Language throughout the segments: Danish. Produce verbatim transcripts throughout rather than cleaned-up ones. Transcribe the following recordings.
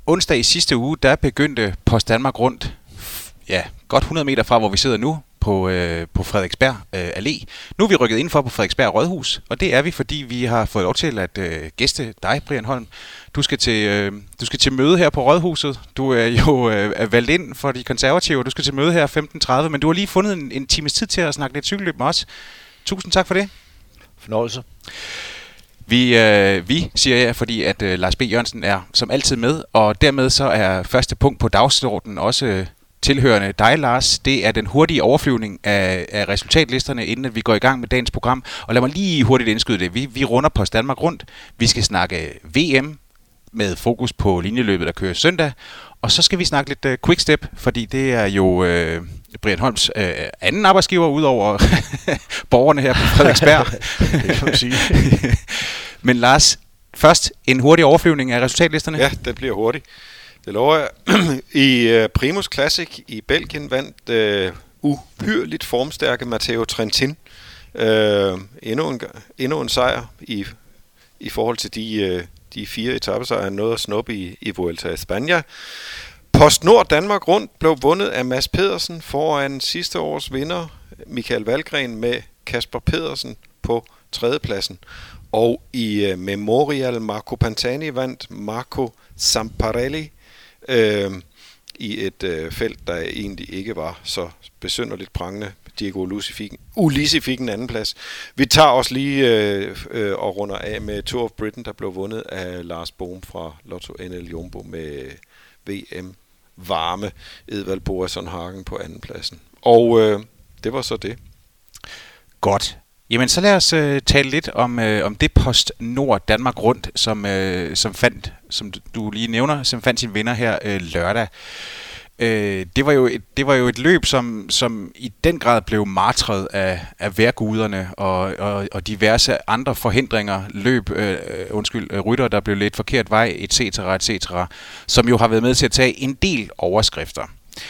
onsdag i sidste uge, der begyndte Post Danmark Rundt, ja, godt hundrede meter fra, hvor vi sidder nu, på, øh, på Frederiksberg øh, Allé. Nu er vi rykket indenfor på Frederiksberg Rådhus, og det er vi, fordi vi har fået lov til at øh, gæste dig, Brian Holm. Du skal, til, øh, du skal til møde her på Rådhuset. Du er jo øh, valgt ind for de konservative, og du skal til møde her femten tredive, men du har lige fundet en, en times tid til at snakke lidt cykelløb med os. Tusind tak for det. Fornøjelse. Vi, øh, vi siger ja, fordi at øh, Lars B. Jørgensen er som altid med, og dermed så er første punkt på dagsordenen også øh, tilhørende dig, Lars. Det er den hurtige overflyvning af, af resultatlisterne, inden at vi går i gang med dagens program. Og lad mig lige hurtigt indskyde det. Vi, vi runder Post Danmark Rundt. Vi skal snakke V M med fokus på linjeløbet, der kører søndag. Og så skal vi snakke lidt uh, quickstep, fordi det er jo uh, Brian Holms uh, anden arbejdsgiver, udover borgerne her på Frederiksberg. Det kan man sige. Men Lars, først en hurtig overflyvning af resultatlisterne. Ja, det bliver hurtigt. Det lover jeg. I uh, Primus Classic i Belgien vandt uh, uhyrligt formstærke Matteo Trentin. Uh, endnu, en, endnu en sejr i, i forhold til de... Uh, De fire etapesejre nåede at snuppe i, i Vuelta a España. PostNord Danmark Rundt blev vundet af Mads Pedersen foran sidste års vinder, Michael Valgren, med Kasper Pedersen på tredjepladsen. Og i uh, Memorial Marco Pantani vandt Marco Zamparelli øh, i et øh, felt, der egentlig ikke var så besynderligt prangende. Diego Ulissi fik en anden plads. Vi tager også lige øh, øh, og runder af med Tour of Britain, der blev vundet af Lars Bohm fra Lotto N L Jumbo med V M Varme, Edvald Boasson Hagen på anden pladsen. Og øh, det var så det. Godt. Jamen så lad os øh, tale lidt om, øh, om det PostNord Danmark Rundt, som, øh, som fandt, som du lige nævner, som fandt sin vinder her øh, lørdag. Øh, det var jo et, det var jo et løb, som, som i den grad blev martret af, af vejrguderne og, og, og diverse andre forhindringer, løb, øh, undskyld, øh, rytter, der blev lidt forkert vej, et cetera, et cetera, som jo har været med til at tage en del overskrifter.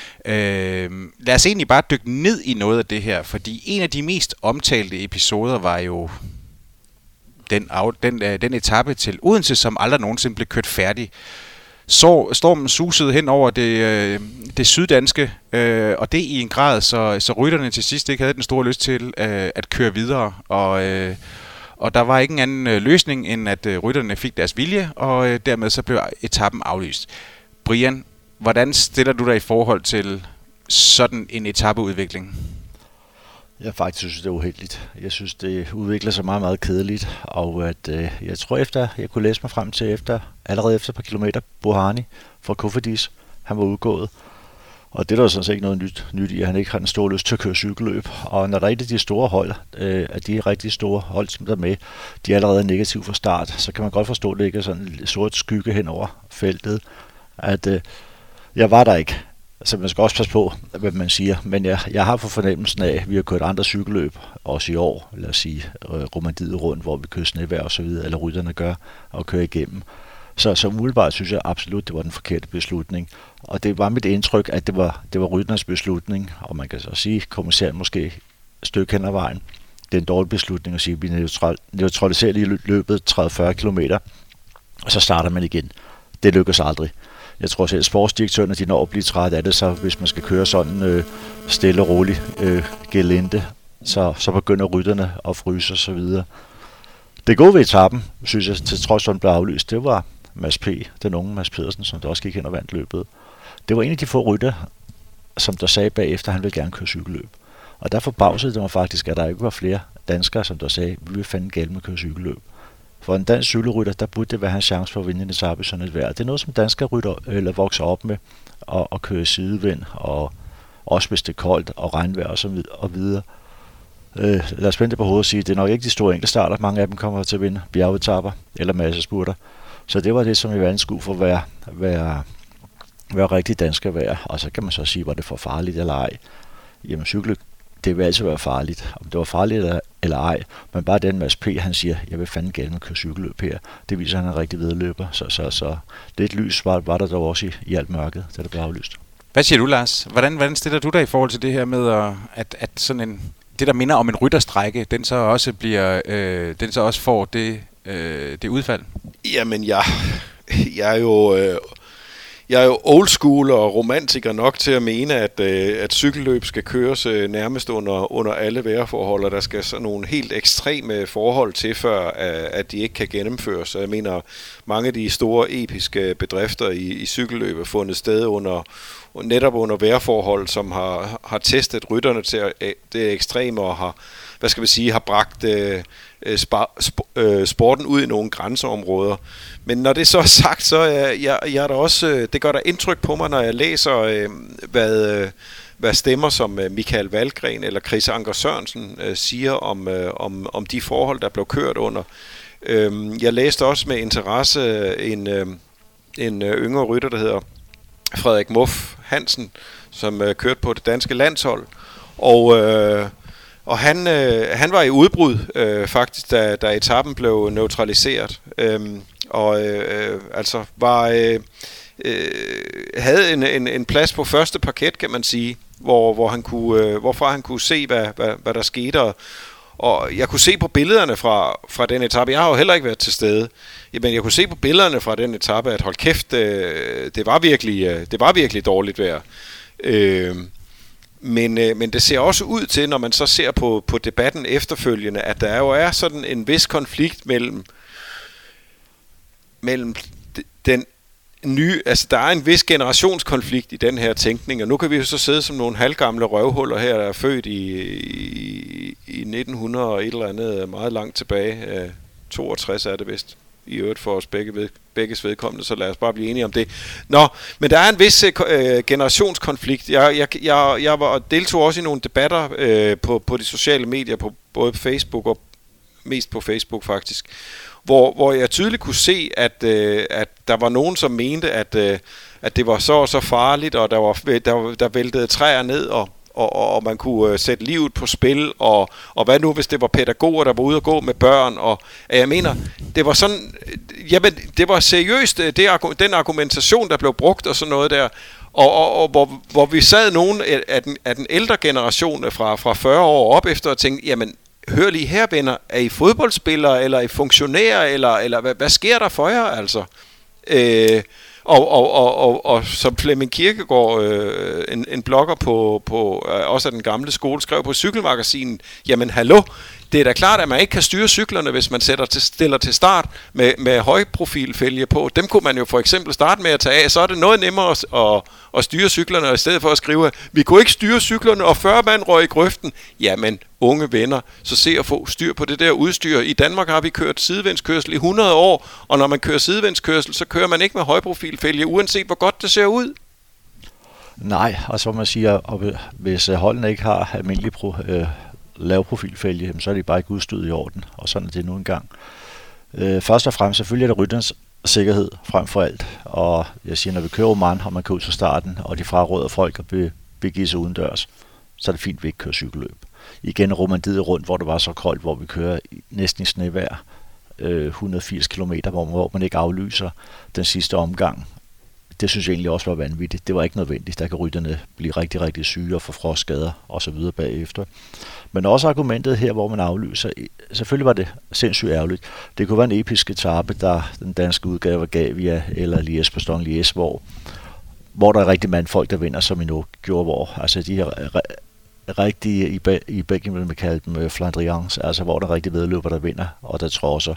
Øh, lad os egentlig bare dykke ned i noget af det her, fordi en af de mest omtalte episoder var jo den, den, den etape til Odense, som aldrig nogensinde blev kørt færdig. Så stormen susede hen over det, øh, det syddanske, øh, og det i en grad, så, så rytterne til sidst ikke havde den store lyst til øh, at køre videre. Og, øh, og der var ikke en anden øh, løsning, end at øh, rytterne fik deres vilje, og øh, dermed så blev etappen aflyst. Brian, hvordan stiller du dig i forhold til sådan en etapeudvikling? Jeg faktisk synes, det er uheldigt. Jeg synes, det udvikler sig meget, meget kedeligt, og at øh, jeg tror efter, jeg kunne læse mig frem til efter, allerede efter et par kilometer, Bohani fra Cofidis, han var udgået. Og det er der sådan set ikke noget nyt, nyt i, at han ikke har den store lyst til at køre cykelløb. Og når der er et af de store hold, øh, af de rigtig store hold, som der er med, de er allerede negative fra start, så kan man godt forstå, at det ikke er sådan en sort skygge hen over feltet. At øh, jeg var der ikke. Så man skal også passe på, hvad man siger. Men jeg, jeg har fået fornemmelsen af, at vi har kørt andre cykelløb, også i år, lad os sige, Romandiet rundt, hvor vi kører snevejr og så videre, eller rytterne gør, og kører igennem. Så, så umiddelbart synes jeg absolut, det var den forkerte beslutning. Og det var mit indtryk, at det var, det var rytternes beslutning, og man kan så sige, kommissæren måske et stykke hen ad vejen. Det er en dårlig beslutning at sige, at vi neutraliserer lige løbet tredive til fyrre kilometer, og så starter man igen. Det lykkes aldrig. Jeg tror selv, at sportsdirektørerne de når at blive træt af det, så hvis man skal køre sådan øh, stille og roligt øh, gelente, så, så begynder rytterne at fryse og så videre. Det gode ved etappen, synes jeg, til trods for den blev aflyst, det var Mads P., den unge Mads Pedersen, som der også gik hen og vandt løbet. Det var en af de få rytter, som der sagde bagefter, at han ville gerne køre cykelløb. Og der forbavsede det mig faktisk, at der ikke var flere danskere, som der sagde, at vi vil fandme galt med at køre cykelløb. For en dansk cykelrytter, der burde det være hans chance for at vinde en etape i sådan et vejr. Det er noget, som danskere rytter eller vokser op med, og, og køre sidevind, og også hvis det er koldt, og regnvejr og så videre. Og videre. Øh, lad os spænde på hovedet og sige, at det er nok ikke de store enkeltstarter. Mange af dem kommer til at vinde bjergetapper eller massespurter. Så det var det, som i verden skulle for at være, være, være rigtig dansk at være. Og så kan man så sige, var det for farligt eller ej. Jamen cykle, det vil altid være farligt. Om det var farligt eller, eller ej. Men bare den Mads P., han siger, jeg vil fandme gerne med at køre cykelløb her. Det viser, at han er en rigtig vedløber. Så, så, så lidt lys var, var der dog også i, i alt mørket, da det blev aflyst. Hvad siger du, Lars? Hvordan, hvordan stiller du dig i forhold til det her med, at, at, at sådan en, det, der minder om en rytterstrække, den så også bliver, øh, den så også får det, øh, det udfald? Jamen, jeg, jeg er jo... Øh Jeg er jo old school og romantiker nok til at mene, at, øh, at cykelløb skal køres øh, nærmest under, under alle vejrforhold, og der skal sådan nogle helt ekstreme forhold til, før øh, at de ikke kan gennemføres. Jeg mener, mange af de store episke bedrifter i, i cykelløb er fundet sted under, netop under vejrforhold, som har, har testet rytterne til øh, det ekstreme og har, hvad skal vi sige, har bragt øh, spar, sp, øh, sporten ud i nogle grænseområder. Men når det så er sagt, så er jeg, jeg er der også, det gør der indtryk på mig, når jeg læser, øh, hvad, øh, hvad stemmer som øh, Michael Valgren eller Chris Anker Sørensen øh, siger om, øh, om, om de forhold, der blev kørt under. Øh, jeg læste også med interesse en, øh, en øh, yngre rytter, der hedder Frederik Muff Hansen, som øh, kørte på det danske landshold. Og... Øh, Og han, øh, han var i udbrud øh, faktisk, da, da etappen blev neutraliseret. Øhm, og øh, altså var øh, øh, havde en, en, en plads på første parket, kan man sige, hvor, hvor han kunne, øh, hvorfra han kunne se, hvad, hvad, hvad der skete. Og, og jeg kunne se på billederne fra, fra den etape, jeg har jo heller ikke været til stede, men jeg kunne se på billederne fra den etape, at hold kæft, øh, det, var virkelig, øh, det var virkelig dårligt vejr. Øh, Men, øh, men det ser også ud til, når man så ser på, på debatten efterfølgende, at der jo er sådan en vis konflikt mellem, mellem den nye, altså der er en vis generationskonflikt i den her tænkning, og nu kan vi jo så sidde som nogle halvgamle røvhuller her, der er født i, i, i nitten hundrede og et eller andet meget langt tilbage, øh, toogtres er det vist. I øvrigt for os begge ved, begges vedkommende, så lad os bare blive enige om det. Nå, men der er en vis øh, generationskonflikt. Jeg, jeg, jeg, jeg var, deltog også i nogle debatter øh, på, på de sociale medier, på både Facebook og mest på Facebook faktisk, hvor, hvor jeg tydeligt kunne se, at, øh, at der var nogen, som mente, at, øh, at det var så og så farligt, og der, var, der, der væltede træer ned, og Og, og, og man kunne øh, sætte livet på spil, og, og hvad nu, hvis det var pædagoger, der var ude og gå med børn, og jeg mener, det var sådan, jamen, det var seriøst, det, den argumentation, der blev brugt, og sådan noget der, og, og, og hvor, hvor vi sad nogen af den, af den ældre generation fra, fra fyrre år op efter og tænkte, jamen, hør lige her, venner, er I fodboldspillere, eller er I funktionærer, eller, eller hvad, hvad sker der for jer, altså? Øh, Og, og, og, og, og som Flemming Kirkegaard, øh, en, en blogger på, på øh, også af den gamle skole, skrev på Cykelmagasinet, jamen hallo, det er da klart, at man ikke kan styre cyklerne, hvis man sætter til, stiller til start med, med højprofilfælge på. Dem kunne man jo for eksempel starte med at tage af, så er det noget nemmere at, at, at styre cyklerne, og i stedet for at skrive, at vi kunne ikke styre cyklerne, og fyrre mand røg i grøften. Jamen, unge venner, så se at få styr på det der udstyr. I Danmark har vi kørt sidevindskørsel i hundrede år, og når man kører sidevindskørsel, så kører man ikke med højprofilfælge, uanset hvor godt det ser ud. Nej, og så må man sige, at hvis holdene ikke har almindelig pro, øh, lavprofilfælge, så er de bare ikke udstyret i orden, og sådan er det nu engang. Øh, først og fremmest selvfølgelig er det rytterens sikkerhed frem for alt, og jeg siger, når vi kører Oman, og man kører ud til starten, og de fraråder folk at be, begive sig udendørs, så er det fint, at vi ikke kører cykelløb. Igen Romandiet rundt, hvor det var så koldt, hvor vi kører næsten i snevejr, øh, et hundrede og firs kilometer, hvor, hvor man ikke aflyser den sidste omgang. Det synes jeg egentlig også var vanvittigt. Det var ikke nødvendigt. Der kan rytterne blive rigtig, rigtig syge og få frostskader osv. bagefter. Men også argumentet her, hvor man aflyser. Selvfølgelig var det sindssygt ærgerligt. Det kunne være en episk etape, der den danske udgave af Gavia eller Liège-Bastogne-Liège, hvor, hvor der er rigtig mange folk, der vinder, som I nu gjorde, hvor altså de her rigtige, i, i Belgien vil man kalde dem Flandrians, altså hvor der er rigtig vedløber, der vinder, og der trodser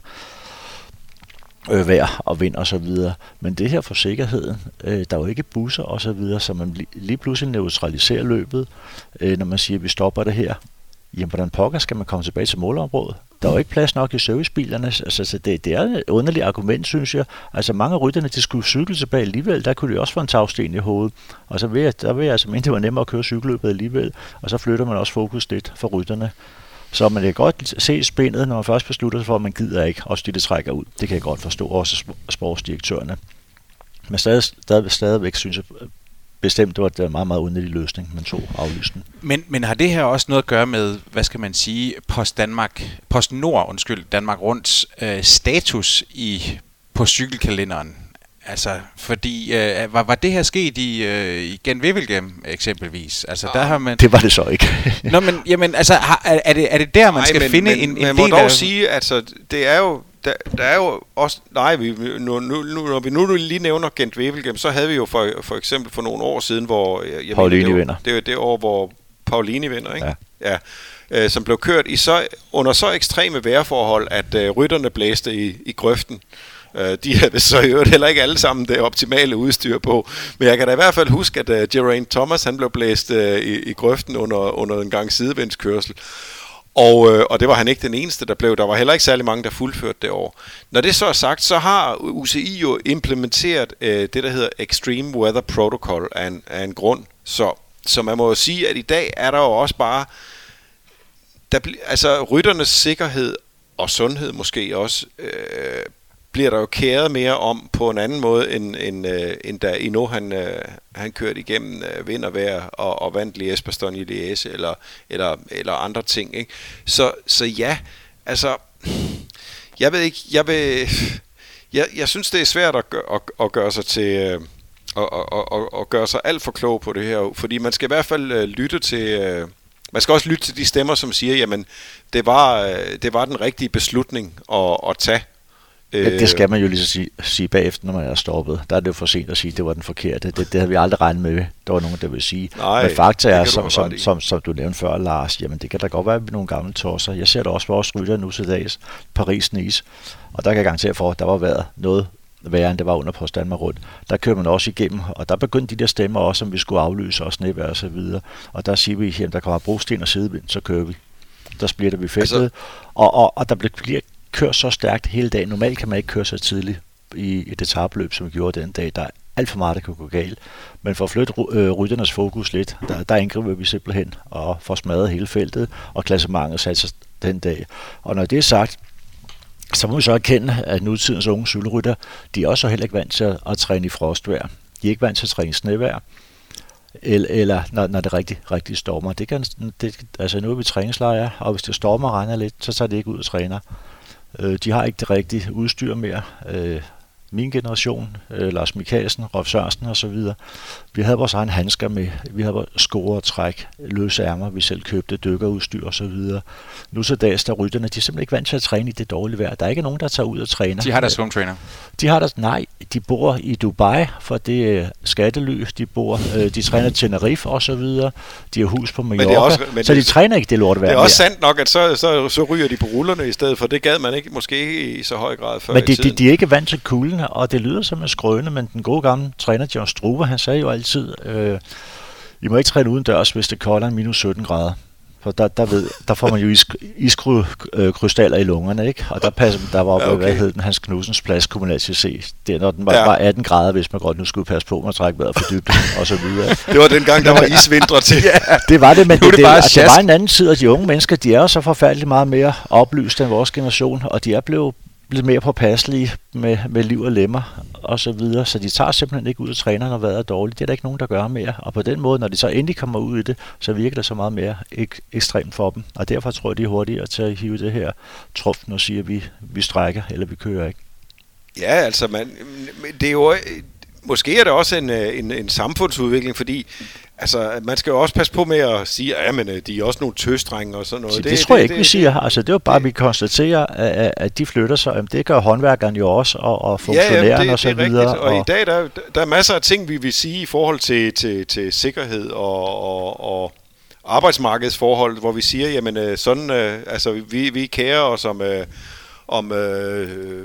øh, vejr og vind og så videre. Men det her for sikkerheden, øh, der er jo ikke busser og så videre, så man lige pludselig neutraliserer løbet, øh, når man siger, at vi stopper det her. Jamen, hvordan pokker skal man komme tilbage til målområdet? Der er jo ikke plads nok i servicebilerne, altså så det, det er et underligt argument, synes jeg. Altså mange af rytterne, de skulle cykle tilbage alligevel, der kunne de også få en tagsten i hovedet. Og så vil jeg, der vil jeg altså mene, det var nemmere at køre cykelløbet alligevel, og så flytter man også fokus lidt for rytterne. Så man kan godt se spændet, når man først beslutter sig for, at man gider ikke, også de, det trækker ud. Det kan jeg godt forstå, også sportsdirektørerne. Men stadig, stadig, stadigvæk synes jeg bestemt, det var en meget, meget underlig løsning, man tog aflysten. Men, men har det her også noget at gøre med, hvad skal man sige, Post Danmark, Post Nord, undskyld, Danmark Rundts øh, status i, på cykelkalenderen? Altså, fordi, øh, var, var det her sket i, øh, i Gent Wevelgem eksempelvis? Altså, ja, der har man... Det var det så ikke. Nå, men, jamen, altså, har, er, det, er det der, man Nej, skal men, finde men, en, en del af... Man må dog af... sige, altså, det er jo... der, der er jo også... Nej, vi, nu, nu, når vi nu lige nævner Gent Wevelgem, så havde vi jo for, for eksempel for nogle år siden, hvor... Jeg Paulini mener, det vinder. Det er det år, hvor Paulini vinder, ikke? Ja. Ja. Øh, som blev kørt i så, under så ekstreme vejrforhold, at øh, rytterne blæste i, i grøften. Øh, de havde så i øvrigt heller ikke alle sammen det optimale udstyr på. Men jeg kan da i hvert fald huske, at øh, Geraint Thomas han blev blæst øh, i, i grøften under, under en gang sidevindskørsel. Og, øh, og det var han ikke den eneste, der blev. Der var heller ikke særlig mange, der fuldførte det år. Når det så er sagt, så har U C I jo implementeret øh, det, der hedder Extreme Weather Protocol af en, af en grund. Så, så man må jo sige, at i dag er der jo også bare... Der bl- altså rytternes sikkerhed og sundhed måske også... Øh, bliver der jo kæret mere om på en anden måde, end, end, øh, end da endnu han, øh, han kørte igennem øh, vind og vejr og, og vandt Liège-Bastogne-Liège eller, eller, eller andre ting. Ikke? Så, så ja, altså, jeg ved ikke, jeg vil, jeg, jeg synes det er svært at, gøre, at, at gøre sig til, øh, at, at, at, at gøre sig alt for klog på det her, fordi man skal i hvert fald øh, lytte til, øh, man skal også lytte til de stemmer, som siger, jamen, det var, øh, det var den rigtige beslutning at, at tage. Ja, det skal man jo lige så sige, sige bagefter, når man er stoppet. Der er det jo for sent at sige, at det var den forkerte. Det, det havde vi aldrig regnet med. Der var nogen, der vil sige. Nej, men fakta er, som, som, som, som du nævnte før, Lars, jamen det kan da godt være, at vi er nogle gamle tosser. Jeg ser det også vores rytter nu til dags, Paris-Nice. Og der kan jeg garantere for, at der var været noget værre, end det var under Post Danmark rundt. Der kører man også igennem, og der begyndte de der stemmer også, om vi skulle aflyse og snevejr og så videre. Og der siger vi, at der kommer brosten og sidevind, så kører vi. Der splitter vi feltet, altså, og, og, og der bliver kører så stærkt hele dagen. Normalt kan man ikke køre så tidligt i et etapløb, som vi gjorde den dag. Der er alt for meget, der kan gå galt. Men for at flytte øh, rytternes fokus lidt, der, der angriber vi simpelthen og får smadret hele feltet, og klassementet satte sig den dag. Og når det er sagt, så må vi så erkende, at nutidens unge cykelrytter, de er også heller ikke vant til at, at træne i frostvejr. De er ikke vant til at træne i snevejr, eller, eller når, når det rigtig, rigtig stormer. Det kan, det, altså nu er vi træningslejre, og hvis det stormer og regner lidt, så tager det ikke ud og træner. De har ikke det rigtige udstyr mere. Min generation, Lars Michaelsen, Rolf Sørensen og så videre. Vi havde vores egen handsker med. Vi havde vores score og træk, løse ærmer, vi selv købte, dykkerudstyr og så videre. Nu så dags, der rytterne, de er simpelthen ikke vant til at træne i det dårlige vejr. Der er ikke nogen, der tager ud og træner. De har deres home trainer. De har deres, nej, de bor i Dubai, for det er skattely. De bor, de træner Tenerife og så videre. De har hus på Mallorca, også, så de træner ikke det lortevejr. Det er også mere. Sandt nok, at så, så, så ryger de på rullerne i stedet for. Det gad man ikke, måske ikke i så høj grad før. Men de, de, de er ikke vant til kulden, og det lyder som en skrøne, men den gode gamle træner John Struve, han sagde jo altid, øh, I må ikke træne uden dørs, hvis det kolder en minus sytten grader. For der, der, ved, der får man jo is, iskrystaller i lungerne, ikke? Og der passer der var okay. Hvad hed den, Hans Knudsens plads, kunne man altid se. Det, når den var, ja. var atten grader, hvis man godt nu skulle passe på, man trække vejret for dybt og så videre. Det var den gang, der var isvintre til. Ja, det var det, men det, det, det, det, det var en anden tid, og de unge mennesker, de er jo så forfærdeligt meget mere oplyst end vores generation, og de er blevet lidt mere påpasselige med, med liv og lemmer og så videre, så de tager simpelthen ikke ud og træner, når vejret er dårligt. Det er der ikke nogen, der gør mere, og på den måde, når de så endelig kommer ud i det, så virker det så meget mere ek- ekstremt for dem, og derfor tror jeg, de er hurtigere til at hive det her trumfen og sige, at vi, vi strækker, eller vi kører ikke. Ja, altså, man, det er jo, måske er det også en, en, en samfundsudvikling, fordi altså, man skal jo også passe på med at sige, at ja, de er også nogle tøstrenge og sådan noget. Det, det, det tror jeg det, ikke, det, vi siger. Altså, det er jo bare, at vi konstaterer, at, at de flytter sig. Jamen, det gør håndværkerne jo også, og, og funktionærerne ja, det, og så det er videre. Rigtigt. Og, og i dag, der, der er masser af ting, vi vil sige i forhold til, til, til sikkerhed og, og, og arbejdsmarkedsforhold, hvor vi siger, jamen sådan, øh, altså vi, vi kærer os om... Øh, om øh, øh,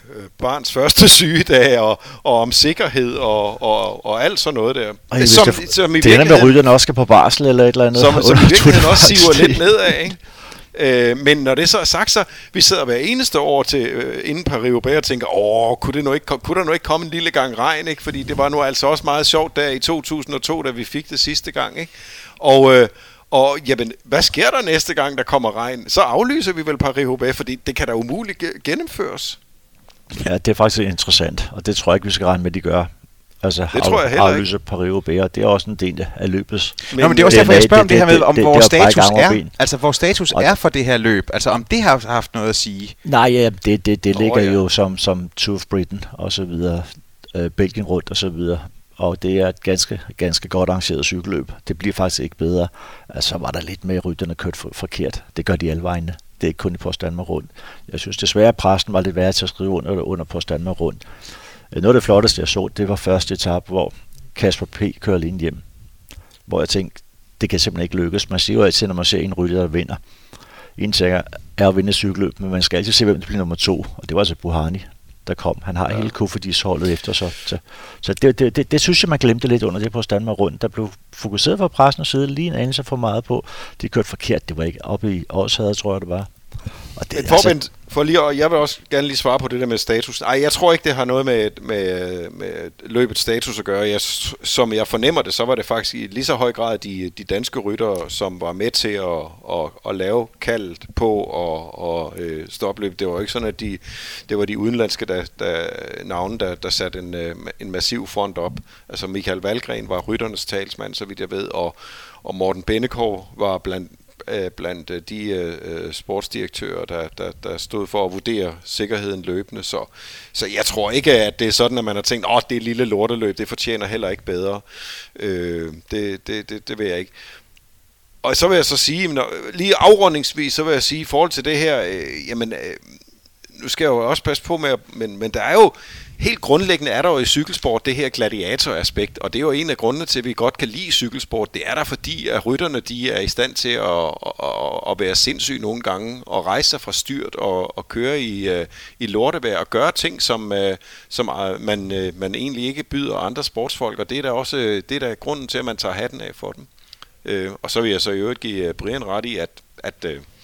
barns første sygedag, og, og om sikkerhed, og, og, og alt sådan noget der. Ej, som, det, som i det ender med, at rytterne også skal på barsel, eller et eller andet. Som, som i virkeligheden også siver lidt nedad, ikke? Øh, men når det så er sagt, så vi sidder hver eneste år til, øh, inden Paris-Roubaix og tænker, åh, kunne, det nu ikke, kunne der nu ikke komme en lille gang regn, ikke? Fordi det var nu altså også meget sjovt der i to tusind og to, da vi fik det sidste gang, ikke? Og... Øh, Og jamen, hvad sker der næste gang, der kommer regn? Så aflyser vi vel Paris-Roubaix, fordi det kan da umuligt gennemføres. Ja, det er faktisk interessant, og det tror jeg ikke, vi skal regne med, de gør. Altså det tror jeg heller ikke. Aflyse Paris-Roubaix, og det er også en del af løbets. Men, Nå, men det er også derfor, jeg spørger om det, det her med, om det, vores det, det status er, altså vores status er for det her løb, altså om det har haft noget at sige. Nej, ja, det, det, det oh, ligger ja. jo som, som Tour of Britain og så videre, øh, Belgien rundt og så videre. Og det er et ganske, ganske godt arrangeret cykelløb. Det bliver faktisk ikke bedre. Altså var der lidt med rytterne kørt for, forkert. Det gør de alle vegne. Det er ikke kun i Post Danmark Rundt. Jeg synes desværre, at pressen var lidt værd til at skrive under, under Post Danmark Rundt. Noget af det flotteste, jeg så, det var første etape, hvor Kasper P. kører alene hjem. Hvor jeg tænkte, det kan simpelthen ikke lykkes. Man siger jo altid, når man ser en rytter, der vinder. En ting er at vinde cykelløb, men man skal altid se, hvem der bliver nummer to. Og det var altså Bouhanni, der kom. Han har ja. hele Kofidis-holdet efter sig. Så, så det, det, det, det synes jeg, man glemte lidt under det på Danmark Rundt. Der blev fokuseret fra pressen og sidde lige en anelse for meget på. De kørte forkert. Det var ikke oppe i Årshavet, tror jeg, det var. Og det, altså, for lige, og jeg vil også gerne lige svare på det der med status. Ej, jeg tror ikke, det har noget med, med, med løbets status at gøre. Jeg, som jeg fornemmer det, så var det faktisk i lige så høj grad de, de danske ryttere, som var med til at, at, at lave kaldet på og, og øh, stopløb. Det var ikke sådan, at de, det var de udenlandske der, der, navne, der, der satte en, en massiv front op. Altså Michael Valgren var rytternes talsmand, så vidt jeg ved, og, og Morten Bennekov var blandt blandt de øh, sportsdirektører, der, der, der stod for at vurdere sikkerheden løbende. Så, så jeg tror ikke, at det er sådan, at man har tænkt, åh, det er lille lorteløb, det fortjener heller ikke bedre. Øh, det, det, det, det vil jeg ikke. Og så vil jeg så sige, når, lige afrundingsvis, så vil jeg sige, i forhold til det her, øh, jamen, øh, nu skal jeg jo også passe på med, men, men der er jo, helt grundlæggende er der jo i cykelsport det her gladiatoraspekt, og det er jo en af grundene til, at vi godt kan lide cykelsport. Det er der, fordi at rytterne, de er i stand til at, at, at være sindssyge nogle gange, og rejse sig fra styrt og, og køre i, i lortevejr, og gøre ting, som, som man, man egentlig ikke byder andre sportsfolk, og det er da også det er da grunden til, at man tager hatten af for dem. Og så vil jeg så i øvrigt give Brian ret i, at, at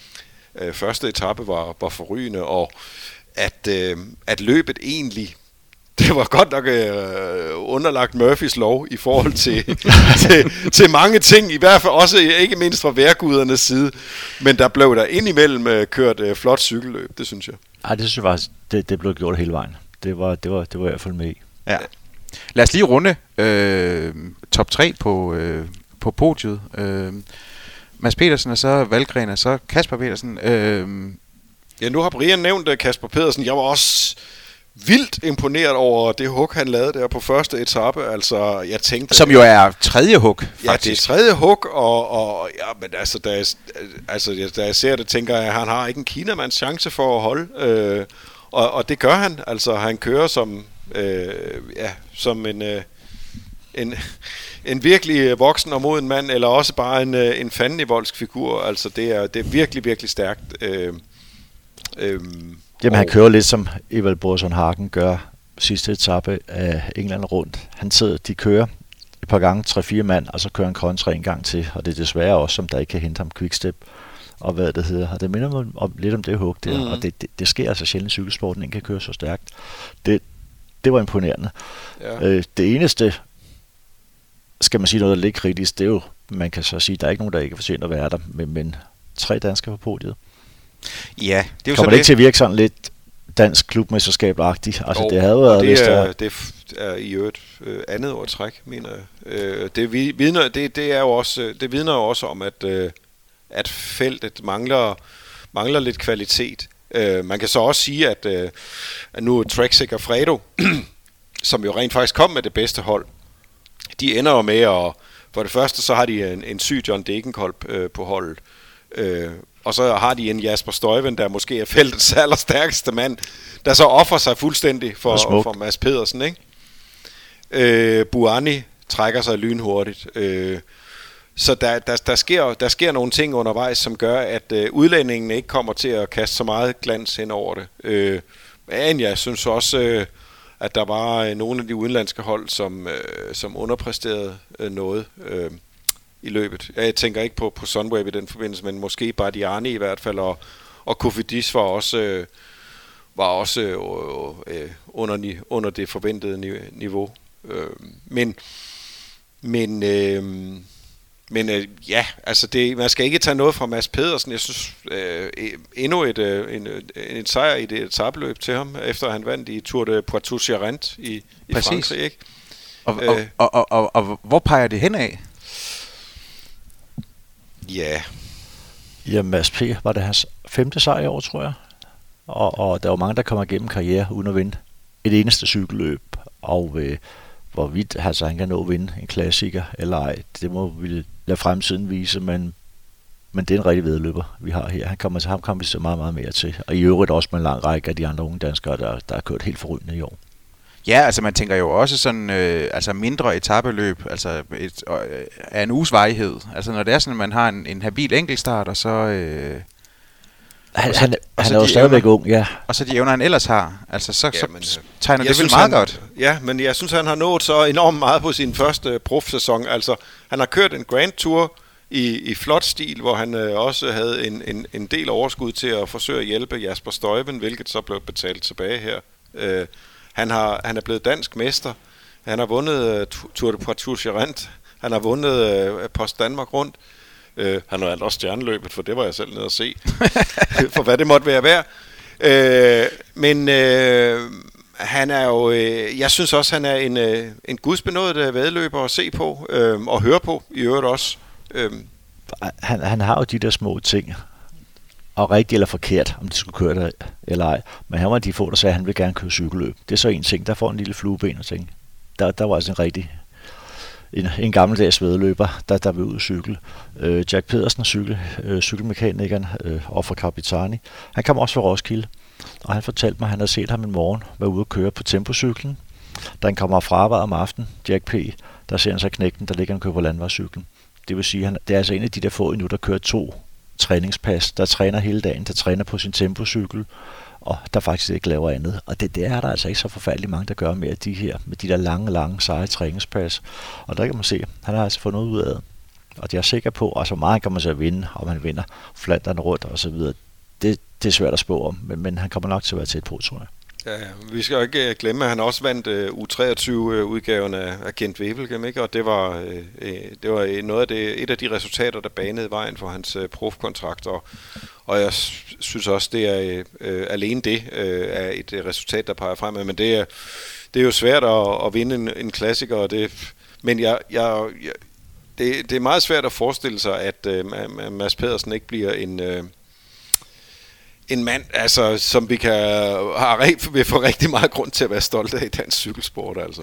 første etape var, var forrygende, og at, at løbet egentlig det var godt nok øh, underlagt Murphys lov i forhold til, til, til mange ting, i hvert fald også ikke mindst fra vejrgudernes side, men der blev der indimellem øh, kørt øh, flot cykelløb, det synes jeg. Ej, det synes jeg faktisk, det, det blev gjort hele vejen. Det var, det var, det var i hvert fald med i. Ja. Lad os lige runde øh, top tre på, øh, på podiet. Øh, Mads Petersen og så Valgren og så Kasper Petersen. Øh, ja, nu har Brian nævnt Kasper Pedersen. Jeg var også vildt imponeret over det hug, han lavede der på første etape. Altså, jeg tænkte... Som jo er tredje hug, faktisk. Ja, det er tredje hug, og, og ja, men altså, da jeg, altså, da jeg ser det, tænker jeg, at han har ikke en kinamands chance for at holde. Øh, og, og det gør han. Altså, han kører som, øh, ja, som en, øh, en, en virkelig voksen og moden mand, eller også bare en, en fandenivoldsk figur. Altså, det er, det er virkelig, virkelig stærkt. Øh, øh, Jamen, han kører lidt som Evald Boasson Hagen gør sidste etape af England rundt. Han sidder, de kører et par gange, tre-fire mand, og så kører han kontra en gang til, og det er desværre også, som der ikke kan hente ham quickstep, og hvad det hedder. Og det minder mig om, lidt om det hug der, mm. og det, det, det sker altså sjældent i cykelsporten, den kan køre så stærkt. Det, det var imponerende. Ja. Øh, det eneste, skal man sige noget, der er lidt kritisk, det er jo, man kan så sige, der er ikke nogen, der ikke er fortjent at være der, men, men tre danskere på podiet. Ja, det er jo kommer så det ikke til at virke sådan lidt dansk klubmesterskab-agtigt? Altså, oh, det havde været, det, hvis er, der... det er i øvrigt øh, andet år træk, mener jeg. Øh, det, vidner, det, det, er jo også, det vidner jo også om, at, øh, at feltet mangler, mangler lidt kvalitet. Øh, man kan så også sige, at, øh, at nu Trek og Fredo, som jo rent faktisk kom med det bedste hold, de ender jo med at... For det første, så har de en, en syg John Degenkolb øh, på holdet. Øh, Og så har de en Jasper Stuyven, der måske er feltets allerstærkeste mand, der så offer sig fuldstændig for, for Mads Pedersen, ikke? Øh, Bouhanni trækker sig lynhurtigt. Øh, så der, der, der, sker, der sker nogle ting undervejs, som gør, at øh, udlændingen ikke kommer til at kaste så meget glans hen over det. Øh, men jeg synes også, øh, at der var øh, nogle af de udenlandske hold, som, øh, som underpræsterede øh, noget. Øh, i løbet. Jeg tænker ikke på, på Sunweb i den forbindelse, men måske Bardiani i hvert fald, og, og Kofidis var også, øh, var også øh, øh, under, under det forventede niveau. Øh, men men, øh, men øh, ja, altså det, man skal ikke tage noget fra Mads Pedersen. Jeg synes, øh, endnu et, øh, en, en sejr i det etabløb til ham, efter han vandt i Tour de Poitou-Charentes i, i Frankrig. Ikke? Og, og, øh, og, og, og, og hvor peger det hen af? Ja. Ja, Mads P. var det hans femte sejr i år, tror jeg. Og, og der var mange, der kommer igennem karriere uden at vinde et eneste cykelløb. Og øh, hvorvidt altså, han kan nå at vinde en klassiker eller ej, det må vi lade fremtiden vise. Men, men det er en rigtig vedløber, vi har her. Han kommer til ham, kommer vi så meget, meget mere til. Og i øvrigt også med en lang række af de andre unge danskere, der, der har kørt helt forrygende i år. Ja, altså man tænker jo også sådan, øh, altså mindre etapeløb, altså et, øh, af en uges varighed. Altså når det er sådan, at man har en, en habil enkeltstart, og så... Øh, han, og så, han, og han så er jo stadigvæk evner, ung, ja. Og så de evner, han ellers har. Altså så, ja, men, så tegner det vel meget han, godt. Ja, men jeg synes, han har nået så enormt meget på sin første profsæson. Altså, han har kørt en Grand Tour i, i flot stil, hvor han øh, også havde en, en, en del overskud til at forsøge at hjælpe Jasper Stuyven, hvilket så blev betalt tilbage her. Øh, han, har, han er blevet dansk mester. Han har vundet uh, Tour de Poitou-Charentes. Han har vundet uh, Post Danmark rundt. Uh, han har også stjerneløbet, for det var jeg selv nede at se. For hvad det måtte være værd. Uh, men uh, han er jo... Uh, jeg synes også, han er en, uh, en gudsbenådet uh, væddeløber at se på uh, og høre på i øvrigt også. Uh, han, han har jo de der små ting, og rigtigt eller forkert, om de skulle køre det eller ej. Men han var de få, der sagde, at han vil gerne køre cykelløb. Det er så en ting, der får en lille flueben og ting. Der, der var altså en rigtig en, en gammeldags væddeløber, der, der vil ud og cykle. Øh, Jack Pedersen, cykel, øh, cykelmekanikeren øh, og fra Capitani, han kom også fra Roskilde, og han fortalte mig, at han havde set ham en morgen være ude at køre på tempocyklen. Da han kommer fra arbejde om aftenen, Jack P., der ser han så knægten, der ligger han kører på landvejscyklen. Det vil sige, han, det er altså en af de der få endnu, der kører to træningspas, der træner hele dagen, der træner på sin tempocykel, og der faktisk ikke laver andet. Og det, det er der altså ikke så forfærdeligt mange, der gør med de her, med de der lange, lange, seje træningspas. Og der kan man se, han har altså fået noget ud af det. Og jeg er sikker på, at så meget kan man så vinde, om han vinder Flandern rundt og så videre. Det, det er svært at spå om, men, men han kommer nok til at være tæt på, tror jeg. Ja, vi skal jo ikke glemme, at han også vandt uh, U treogtyve-udgaven af, af Gent Wevelgem, ikke? Og det var, uh, det var noget af det, et af de resultater, der banede vejen for hans uh, profkontrakt. Og, og jeg synes også, det er uh, alene det uh, er et uh, resultat, der peger fremad. Men det er, det er jo svært at, at vinde en, en klassiker. Og det, men jeg, jeg, jeg, det, det er meget svært at forestille sig, at uh, Mads Pedersen ikke bliver en... Uh, En mand, altså, som vi kan have vil få rigtig meget grund til at være stolt af i dansk cykelsport, altså.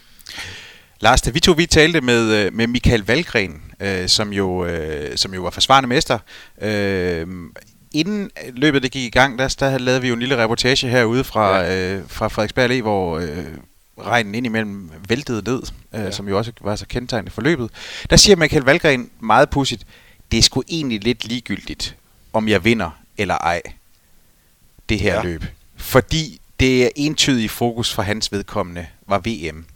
Lars, da vi to vi talte med, med Michael Valgren, øh, som, jo, øh, som jo var forsvarende mester, øh, inden løbet det gik i gang, der, der lavede vi jo en lille reportage herude fra, ja. øh, fra Frederiksberg Allé, hvor øh, regnen indimellem væltede ned, øh, ja. som jo også var så kendetegnende for løbet. Der siger Michael Valgren meget pudsigt, det er sgu egentlig lidt ligegyldigt, om jeg vinder eller ej. Det her ja. løb. Fordi det er entydig fokus for hans vedkommende var V M.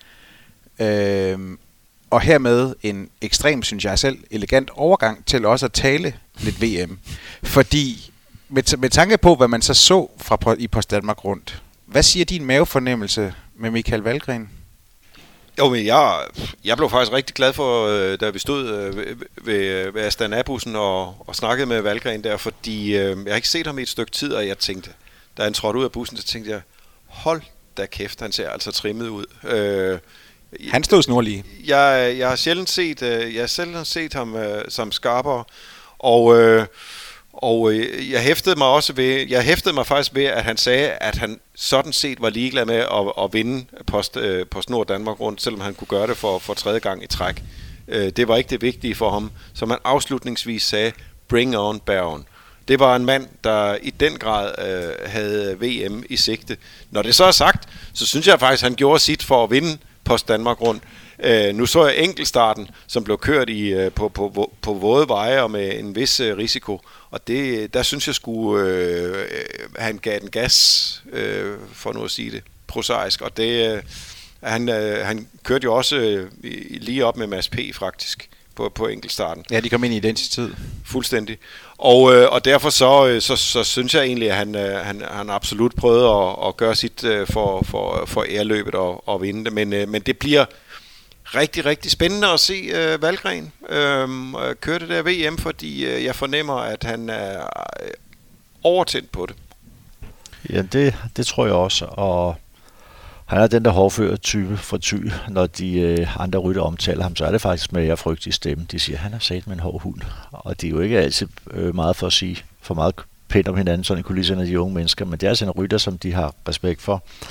Øhm, og hermed en ekstrem, synes jeg selv, elegant overgang til også at tale lidt V M. Fordi med, med tanke på, hvad man så så fra i Post Danmark rundt, hvad siger din mavefornemmelse med Michael Valgren? Jo, men jeg, jeg blev faktisk rigtig glad for, da vi stod ved, ved, ved Astana-bussen og, og snakkede med Valgren der, fordi øh, jeg har ikke set ham i et stykke tid, og jeg tænkte, da han trådte ud af bussen, så tænkte jeg, hold da kæft, han ser altså trimmet ud. Øh, han stod snorlige. Jeg, jeg har sjældent set, jeg har sjældent set ham øh, som skarpere, og... Øh, Og øh, jeg hæftede mig også ved, jeg hæftede mig faktisk ved, at han sagde, at han sådan set var ligeglad med at, at vinde Post, øh, Post Nord Danmark rundt, selvom han kunne gøre det for, for tredje gang i træk. Øh, det var ikke det vigtige for ham. Som han afslutningsvis sagde, bring on, bear on. Det var en mand, der i den grad øh, havde V M i sigte. Når det så er sagt, så synes jeg faktisk, at han gjorde sit for at vinde Post Danmark rundt. Uh, nu så jeg enkeltstarten, som blev kørt i, uh, på, på, på våde veje og med en vis uh, risiko. Og det, der synes jeg skulle uh, han gav den gas, uh, for nu at sige det, prosaisk. Og det, uh, han, uh, han kørte jo også uh, lige op med Mads P. faktisk på, på enkeltstarten. Ja, de kom ind i identitet. Fuldstændig. Og, uh, og derfor så, uh, så, så synes jeg egentlig, at han, uh, han, han absolut prøvede at, at gøre sit uh, for, for, for ærløbet og, og vinde det. Men, uh, men det bliver... Rigtig, rigtig spændende at se øh, Valgren øh, køre det der V M, fordi øh, jeg fornemmer, at han er øh, overtændt på det. Ja, det, det tror jeg også, og han er den der hårdføre type fra Thy. Når de øh, andre rytter omtaler ham, så er det faktisk med jeg frygtig stemme. De siger, at han er sat med en hård hund, og det er jo ikke altid øh, meget for at sige for meget pænt om hinanden, sådan i kulisserne af de unge mennesker, men det er altså en rytter, som de har respekt for.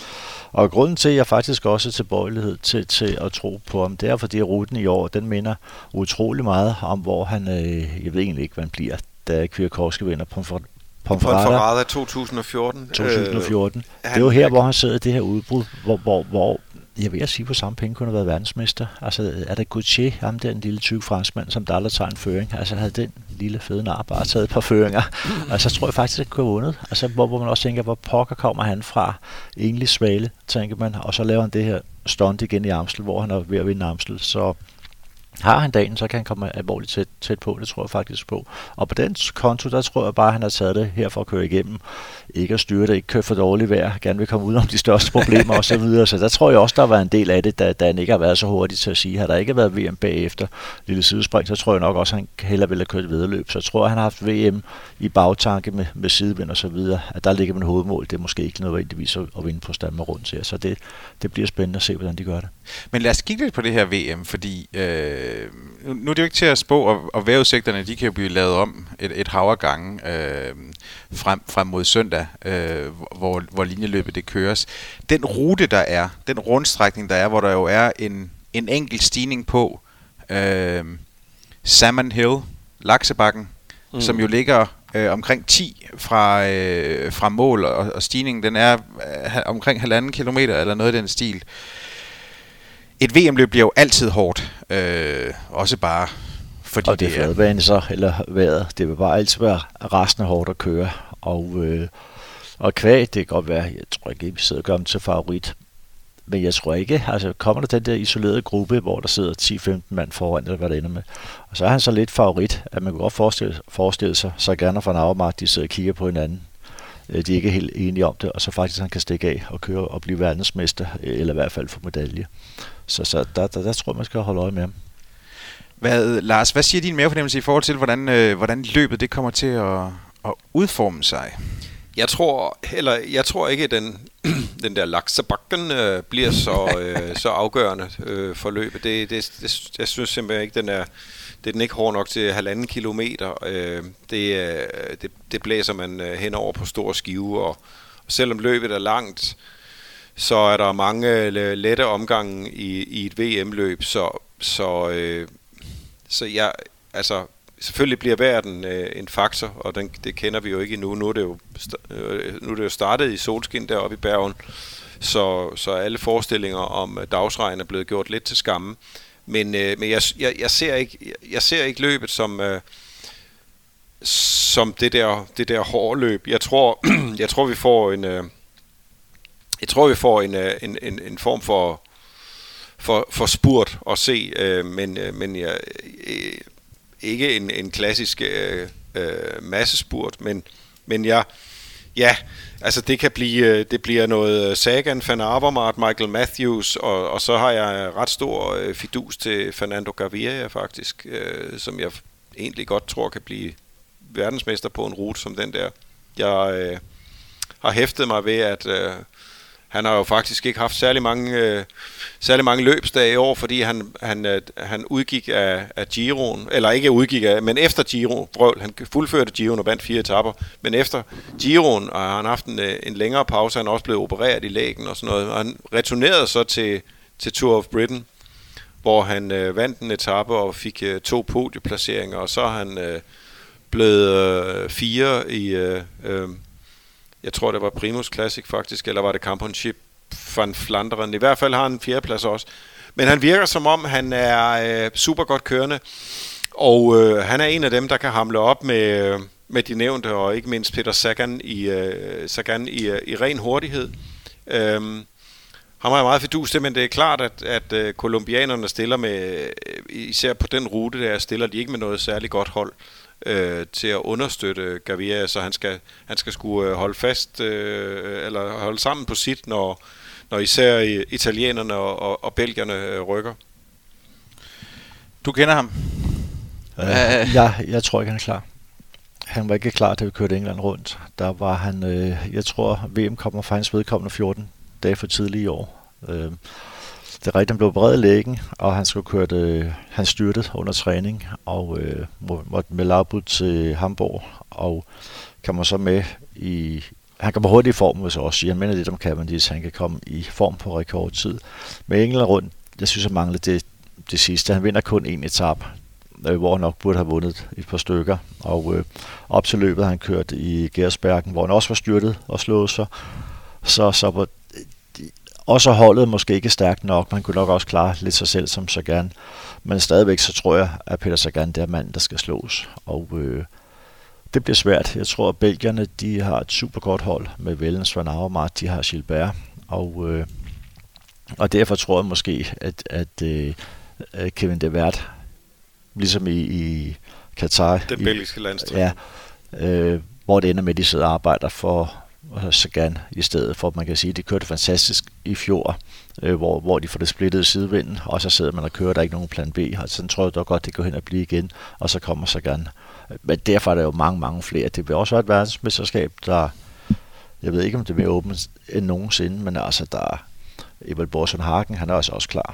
Og grunden til, at jeg faktisk også er tilbøjelighed til, til at tro på ham, det er, fordi ruten i år, den minder utrolig meget om, hvor han, øh, jeg ved egentlig ikke, hvad han bliver, da Kwiatkowski vinder på Ponferrada to tusind og fjorten. to tusind og fjorten. Øh, det er jo her, hvor han sidder i det her udbrud, hvor, hvor, hvor jeg vil sige, på samme penge kunne have været verdensmester. Altså, er det Gauthier, ham der, en lille tyk franskmand, som der aldrig tager en føring? Altså, havde den lille fede nar bare taget et par føringer. Altså, så tror jeg faktisk, at det kunne have vundet. Altså, hvor, hvor man også tænker, hvor pokker kommer han fra? Egentlig svale, tænker man. Og så laver han det her stunt igen i Amstel, hvor han er ved at vinde Amstel. Så har han dagen, så kan han komme alvorligt tæt, tæt på, det tror jeg faktisk på. Og på den konto, der tror jeg bare, at han har taget det her for at køre igennem. Ikke at styre det, ikke køre for dårligt vejr, gerne vil komme ud om de største problemer osv. Så der tror jeg også, der har været en del af det, da, da han ikke har været så hurtig til at sige. Har der ikke været V M bagefter lille sidespring, så tror jeg nok også, at han hellere ville have kørt et vedløb. Så jeg tror, at han har haft V M i bagtanke med, med sidevind og så videre. At der ligger med en hovedmål, det er måske ikke nødvendigvis at, at vinde på Stammer rundt til. Så det, det bliver spændende at se, hvordan de gør det. Men lad os kigge lidt på det her V M, fordi øh, nu er det jo ikke til at spå, og, og vejrudsigterne, de kan jo blive lavet om et, et hav af gange øh, frem, frem mod søndag, øh, hvor, hvor linjeløbet det køres. Den rute, der er, den rundstrækning, der er, hvor der jo er en, en enkelt stigning på øh, Salmon Hill, Laksebakken, mm. som jo ligger øh, omkring ti fra, øh, fra mål, og, og stigningen den er øh, omkring halvanden kilometer, eller noget i den stil. Et V M-løb bliver jo altid hårdt, øh, også bare fordi og det, det er fladbane så, eller vejret. Det vil bare altid være resten af hårdt at køre. Og, øh, og kvæg, det kan godt være, jeg tror ikke, vi sidder og gør dem til favorit. Men jeg tror ikke, altså kommer der den der isolerede gruppe, hvor der sidder ti femten mand foran, eller hvad det ender med. Og så er han så lidt favorit, at man kan godt forestille, forestille sig, så gerne fra Nauermark, de sidder og kigger på hinanden. De er ikke helt enige om det, og så faktisk han kan stikke af og køre og blive verdensmester, eller i hvert fald få medalje. Så, så der, der, der tror jeg, man skal holde øje med ham. Hvad, Lars, hvad siger din mavefornemmelse i forhold til, hvordan, øh, hvordan løbet det kommer til at, at udforme sig? Jeg tror, eller, jeg tror ikke, at den, den der Laksebakken øh, bliver så, øh, så afgørende øh, for løbet. Det, det, det, jeg synes simpelthen ikke, den er, det er den ikke hård nok til halvanden kilometer. Øh, det, det, det blæser man øh, henover på stor skive, og, og selvom løbet er langt, så er der mange lette omgange i, i et V M-løb, så, så, øh, så jeg, altså, selvfølgelig bliver verden øh, en faktor, og den, det kender vi jo ikke endnu. Nu er det jo, øh, nu er det jo startet i solskin deroppe i Bergen, så, så alle forestillinger om dagsregn er blevet gjort lidt til skamme. Men, øh, men jeg, jeg, jeg, ser ikke, jeg ser ikke løbet som, øh, som det der, det der hårde løb. Jeg tror, jeg tror vi får en... Øh, Jeg tror, vi får en, en, en, en form for, for, for spurt at se, øh, men, øh, men ja, øh, ikke en, en klassisk øh, øh, massespurt, men, men ja, ja, altså det kan blive, det bliver noget Sagan, Van Avermaet, Michael Matthews, og, og så har jeg ret stor øh, fidus til Fernando Gaviria faktisk, øh, som jeg egentlig godt tror kan blive verdensmester på en rute som den der. Jeg øh, har hæftet mig ved, at øh, han har jo faktisk ikke haft særlig mange, øh, særlig mange løbsdage i år, fordi han, han, øh, han udgik af, af Giroen, eller ikke udgik af, men efter Giroen, brøl, han fuldførte Giroen og vandt fire etaper, men efter Giroen har han haft en, en længere pause, han er også blevet opereret i lægen og sådan noget, og han returnerede så til, til Tour of Britain, hvor han øh, vandt en etape og fik øh, to podieplaceringer, og så er han øh, blevet øh, fire i... Øh, øh, Jeg tror, det var Primus Classic faktisk, eller var det Championship van Flanderen. I hvert fald har han en fjerdeplads også. Men han virker som om, han er øh, super godt kørende, og øh, han er en af dem, der kan hamle op med, med de nævnte, og ikke mindst Peter Sagan i, øh, Sagan i, øh, i ren hurtighed. Øhm, han har meget fidus til, men det er klart, at, at øh, kolumbianerne stiller med, øh, især på den rute der, stiller de ikke med noget særligt godt hold. Øh, til at understøtte Gaviria, så han skal, han skal skulle holde fast, øh, eller holde sammen på sit, når, når især italienerne og, og, og belgierne rykker. Du kender ham? Øh, jeg, jeg tror ikke, han er klar. Han var ikke klar, da vi kørte England rundt. Der var han, øh, jeg tror, V M kommer fra hans vedkommende fjorten dage for tidligt i år. Øh, Det er rigtigt, han blev bred i lægen, og han skulle køre det, han styrtede under træning, og øh, måtte melde afbud til Hamburg, og kommer så med i han kommer hurtigt i form, hvis jeg også siger. Jeg mener lidt om Cavendish, han kan komme i form på rekordtid. Men England rundt, jeg synes, han mangler det, det sidste. Han vinder kun en etape, øh, hvor han nok burde have vundet et par stykker. Og øh, op til løbet har han kørt i Gersbergen, hvor han også var styrtet og slået sig. Så, så var også holdet måske ikke stærkt nok, man kunne nok også klare lidt sig selv som Sagan. Men stadigvæk så tror jeg, at Peter Sagan det er manden, der skal slås. Og øh, det bliver svært. Jeg tror, at belgierne de har et super godt hold med Wellens, Van Avermaet, de har Gilbert. Og, øh, og derfor tror jeg måske, at, at øh, Kevin de Werd, ligesom i, i Qatar, den belgiske landstræner, ja, øh, hvor det ender med, at de sidder og arbejder for Sagan i stedet for, at man kan sige, at de kørte fantastisk i fjor, øh, hvor, hvor de får det splittet sidevinden, og så sidder man og kører, der er ikke nogen plan B, og sådan tror jeg da godt, det går hen og blive igen, og så kommer Sagan. Men derfor er der jo mange, mange flere. Det vil også være et verdensmesterskab, der, jeg ved ikke, om det er mere åbent end nogensinde, men altså, der er Ebel Borsen Hagen, han er også, også klar.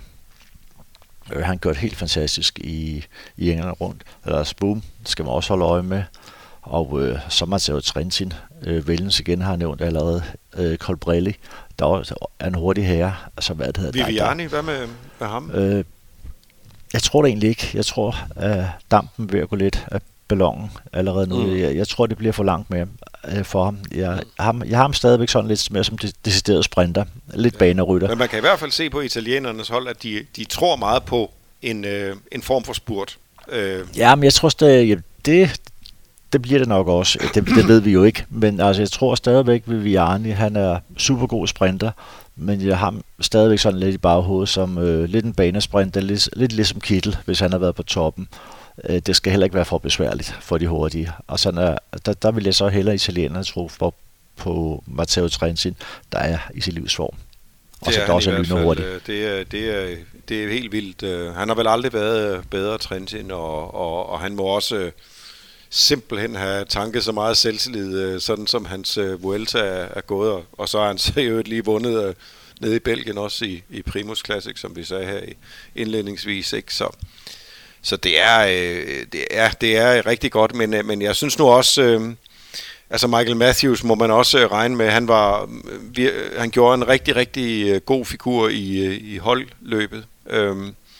Øh, han gjort helt fantastisk i, i England rundt. Eller Spoom, skal man også holde øje med. Og øh, så Matteo Trentin, øh, Wellens igen har nævnt allerede, øh, Colbrelli, der er en hurtig herre. Altså, hvad det hedder, Viviani, hvad med, med ham? Øh, jeg tror det egentlig ikke. Jeg tror, at øh, dampen vil gå lidt af ballonen allerede nu. Mm. Jeg, jeg tror, det bliver for langt med øh, for ham. Jeg, mm. ham. jeg har ham stadigvæk sådan lidt mere som decideret sprinter. Lidt ja. banerytter. Men man kan i hvert fald se på italienernes hold, at de, de tror meget på en, øh, en form for spurt. Øh. Ja, men jeg tror stadig, ja, det... Det bliver det nok også. Det, det ved vi jo ikke. Men altså, jeg tror stadigvæk, at Viviani, han er super god sprinter, men jeg har ham stadigvæk sådan lidt i baghovedet som øh, lidt en banesprinter, lidt, lidt ligesom Kittel, hvis han har været på toppen. Øh, det skal heller ikke være for besværligt for de hurtige. Og sådan er, der, der vil jeg så hellere italienerne tro for, på Matteo Trentin, der er i sit livsform. Og så der også er lynende hurtigt. Det er, det, er, det er helt vildt. Han har vel aldrig været bedre Trentin, og, og, og han må også simpelthen have tanket så meget selvtillid, sådan som hans uh, Vuelta er, er gået, og, og så har han så jo lige vundet uh, nede i Belgien også i, i Primus Classic, som vi sagde her i indledningsvis, ikke? Så, så det er øh, det er det er rigtig godt, men øh, men jeg synes nu også, øh, altså Michael Matthews må man også øh, regne med, han var vi, han gjorde en rigtig rigtig øh, god figur i øh, i holdløbet. Øh,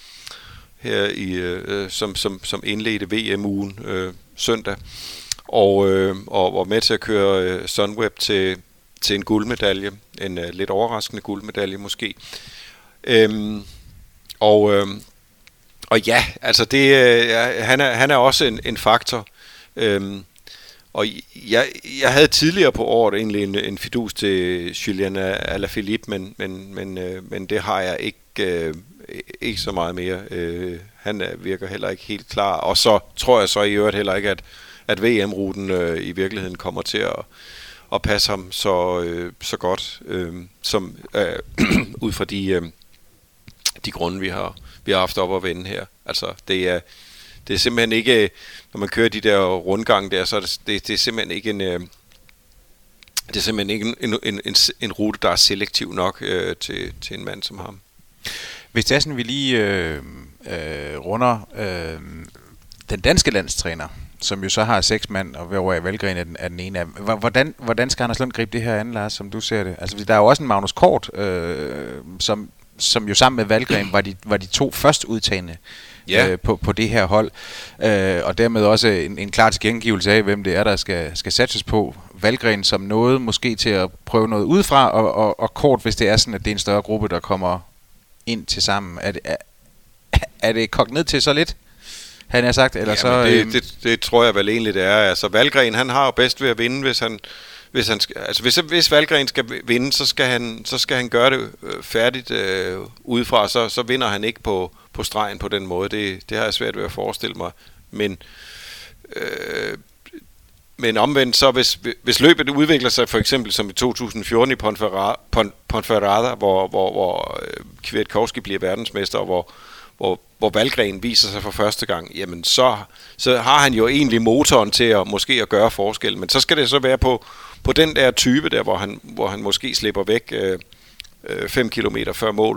her i øh, som som som indledte V M-ugen øh, søndag, og øh, og var med til at køre øh, Sunweb til til en guldmedalje, en øh, lidt overraskende guldmedalje måske. Øhm, og øh, og ja, altså det øh, han er han er også en en faktor. Øhm, og jeg jeg havde tidligere på året egentlig en, en fidus til Julian Alaphilippe, men men men øh, men det har jeg ikke øh, ikke så meget mere. Øh, han virker heller ikke helt klar, og så tror jeg så i øvrigt heller ikke, at at V M-ruten øh, i virkeligheden kommer til at, at passe ham så øh, så godt, øh, som øh, ud fra de øh, de grunde vi har vi har haft op at vende her. Altså det er det er simpelthen ikke, når man kører de der rundgange der, så er det, det, det er simpelthen ikke en øh, det er simpelthen ikke en en, en, en rute, der er selektiv nok øh, til til en mand som ham. Hvis det er sådan, vi lige øh, øh, runder øh, den danske landstræner, som jo så har seks mand, og hvor Valgren er den, er den ene af dem. Hvordan, hvordan skal Anders Lund gribe det her an, Lars, som du ser det? Altså, der er jo også en Magnus Kort, øh, som, som jo sammen med Valgren var de, var de to først udtagende ja. øh, på, på det her hold. Øh, og dermed også en, en klar tilgengivelse af, hvem det er, der skal, skal satses på. Valgren som noget, måske til at prøve noget udefra, og, og, og Kort, hvis det er sådan, at det er en større gruppe, der kommer ind til sammen. Er det, er, er det kogt ned til så lidt? Han har sagt, eller ja, så det, øhm... det, det tror jeg vel egentlig det er. Altså Valgren, han har jo bedst ved at vinde, hvis han hvis han skal, altså hvis hvis Valgren skal vinde, så skal han så skal han gøre det øh, færdigt øh, udefra, så så vinder han ikke på på stregen på den måde. Det det har jeg svært ved at forestille mig, men øh, men omvendt så hvis hvis løbet udvikler sig for eksempel som i to tusind og fjorten i Ponferrada, Ponferrada hvor hvor hvor Kwiatkowski bliver verdensmester, og hvor hvor, hvor Valgren viser sig for første gang, jamen så, så har han jo egentlig motoren til at måske at gøre forskel, men så skal det så være på, på den der type der, hvor han, hvor han måske slipper væk øh, fem kilometer før mål,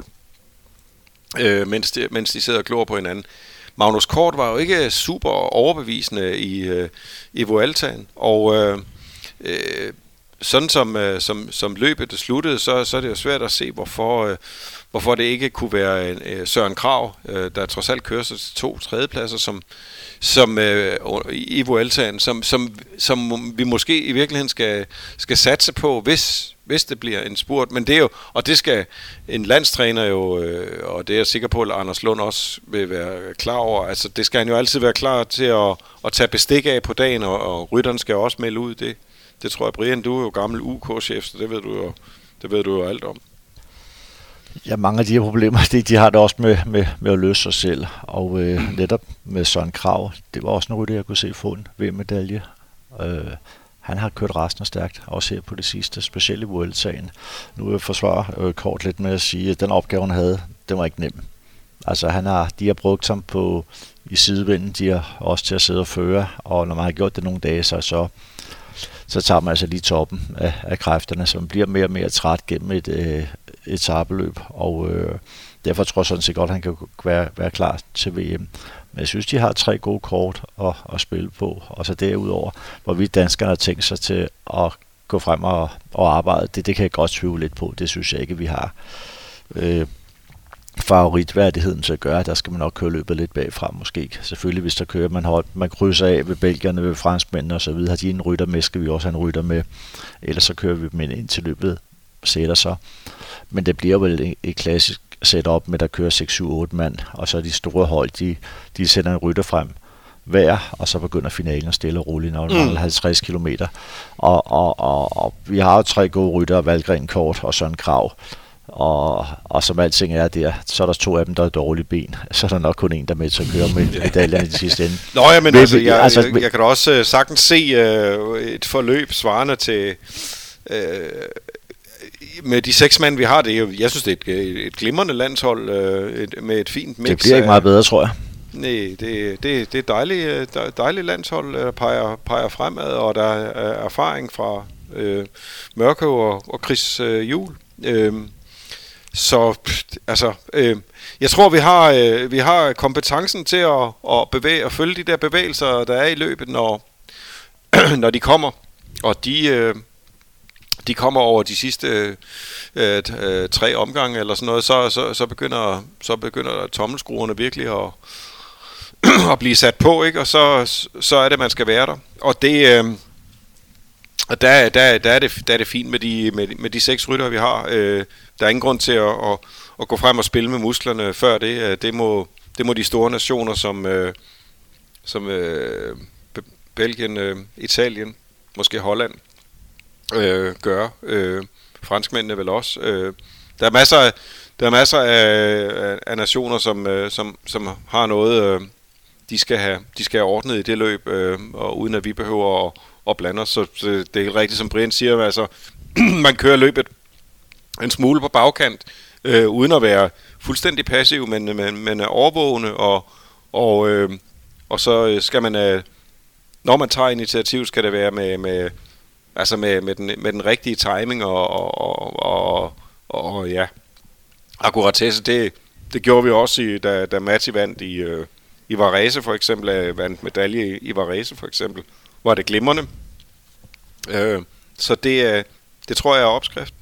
øh, mens, de, mens de sidder og glor på hinanden. Magnus Kort var jo ikke super overbevisende i, øh, i Vueltaen, og øh, øh, sådan som, øh, som, som løbet det sluttede, så, så er det jo svært at se, hvorfor, øh, hvorfor det ikke kunne være øh, Søren Kragh, øh, der trods alt kører sig til to tredjepladser, som, som øh, i Vueltaen, som, som, som vi måske i virkeligheden skal, skal satse på, hvis, hvis det bliver en spurt. Men det er jo, og det skal en landstræner jo, øh, og det er jeg sikker på, at Anders Lund også vil være klar over, altså det skal han jo altid være klar til at, at tage bestik af på dagen, og, og rytteren skal også melde ud det. Det tror jeg, Brian, du er jo gammel U K-chef, så det ved du jo, det ved du jo alt om. Ja, mange af de her problemer, de, de har det også med, med, med at løse sig selv. Og øh, netop med Søren Kragh, det var også en rytter, jeg kunne se få en V M-medalje. Øh, han har kørt resten stærkt, også her på det sidste, specielt i Vueltaen. Nu vil jeg forsvare øh, kort lidt med at sige, at den opgave, han havde, den var ikke nem. Altså, han har, de har brugt ham på i sidevinden, de har også til at sidde og føre, og når man har gjort det nogle dage, så så så tager man altså lige toppen af, af kræfterne, som bliver mere og mere træt gennem et øh, etapeløb, og øh, derfor tror jeg sådan set godt, at han kan være, være klar til V M. Men jeg synes, de har tre gode kort at, at spille på, og så derudover, hvor vi danskerne har tænkt sig til at gå frem og, og arbejde, det, det kan jeg godt tvivle lidt på, det synes jeg ikke, vi har øh, favoritværdigheden til at gøre. Der skal man nok køre løbet lidt bagfra måske. Selvfølgelig hvis der kører, man, hold, man krydser af ved belgierne, ved franskmændene og så videre, har de en rytter med, skal vi også have en rytter med. Ellers så kører vi dem ind til løbet sætter sig. Men det bliver vel et, et klassisk setup med, der kører seks syv otte mand, og så de store hold, de, de sender en rytter frem hver, og så begynder finalen stille og roligt, når det mangler halvtreds kilometer. Og, og, og, og vi har jo tre gode rytter, Valgren Kort og Søren Kragh. Og, og som alting er der, så er der to af dem, der er dårlige ben. Så er der nok kun en, der er med til at køre med medaljerne i de sidste ende. Nå ja, men men altså, jeg, altså, jeg, jeg kan da også uh, sagtens se uh, et forløb svarende til uh, med de seks mand, vi har. Det er jo, jeg synes, det er et, et glimrende landshold uh, et, med et fint mix. Det bliver ikke meget bedre, tror jeg. Nej, det, det, det er et dejligt, dejligt landshold, der peger, peger fremad, og der er erfaring fra uh, Mørkøv og, og Chris uh, Juhl. Uh, Så altså, øh, jeg tror vi har øh, vi har kompetencen til at, at bevæge og følge de der bevægelser, der er i løbet, når når de kommer, og de øh, de kommer over de sidste øh, øh, tre omgange eller sådan noget, så så så begynder så begynder tommelskruerne virkelig at at blive sat på, ikke? Og så så er det, man skal være der, og det øh, Og der, der, der, er det, der er det fint med de, med, med de seks ryttere, vi har. Øh, der er ingen grund til at, at, at gå frem og spille med musklerne før det. Det må, det må de store nationer som, øh, som øh, Belgien, øh, Italien, måske Holland øh, gøre. Øh, franskmændene vel også. Øh, der er masser af, der er masser af, af nationer, som, øh, som, som har noget, øh, de, skal have, de skal have ordnet i det løb, øh, og uden at vi behøver at og blander, så det er rigtigt, som Brian siger, altså, man kører løbet en smule på bagkant, øh, uden at være fuldstændig passiv, men, men, men er overvågende, og, og, øh, og så skal man, øh, når man tager initiativ, skal det være med, med, altså med, med, den, med den rigtige timing, og, og, og, og, og ja, akkuratesse, det, det gjorde vi også, i, da, da Matti vandt i, øh, i Varese for eksempel, vandt medalje i, i Varese for eksempel, var det glimrende. Øh, så det, det tror jeg er opskriften.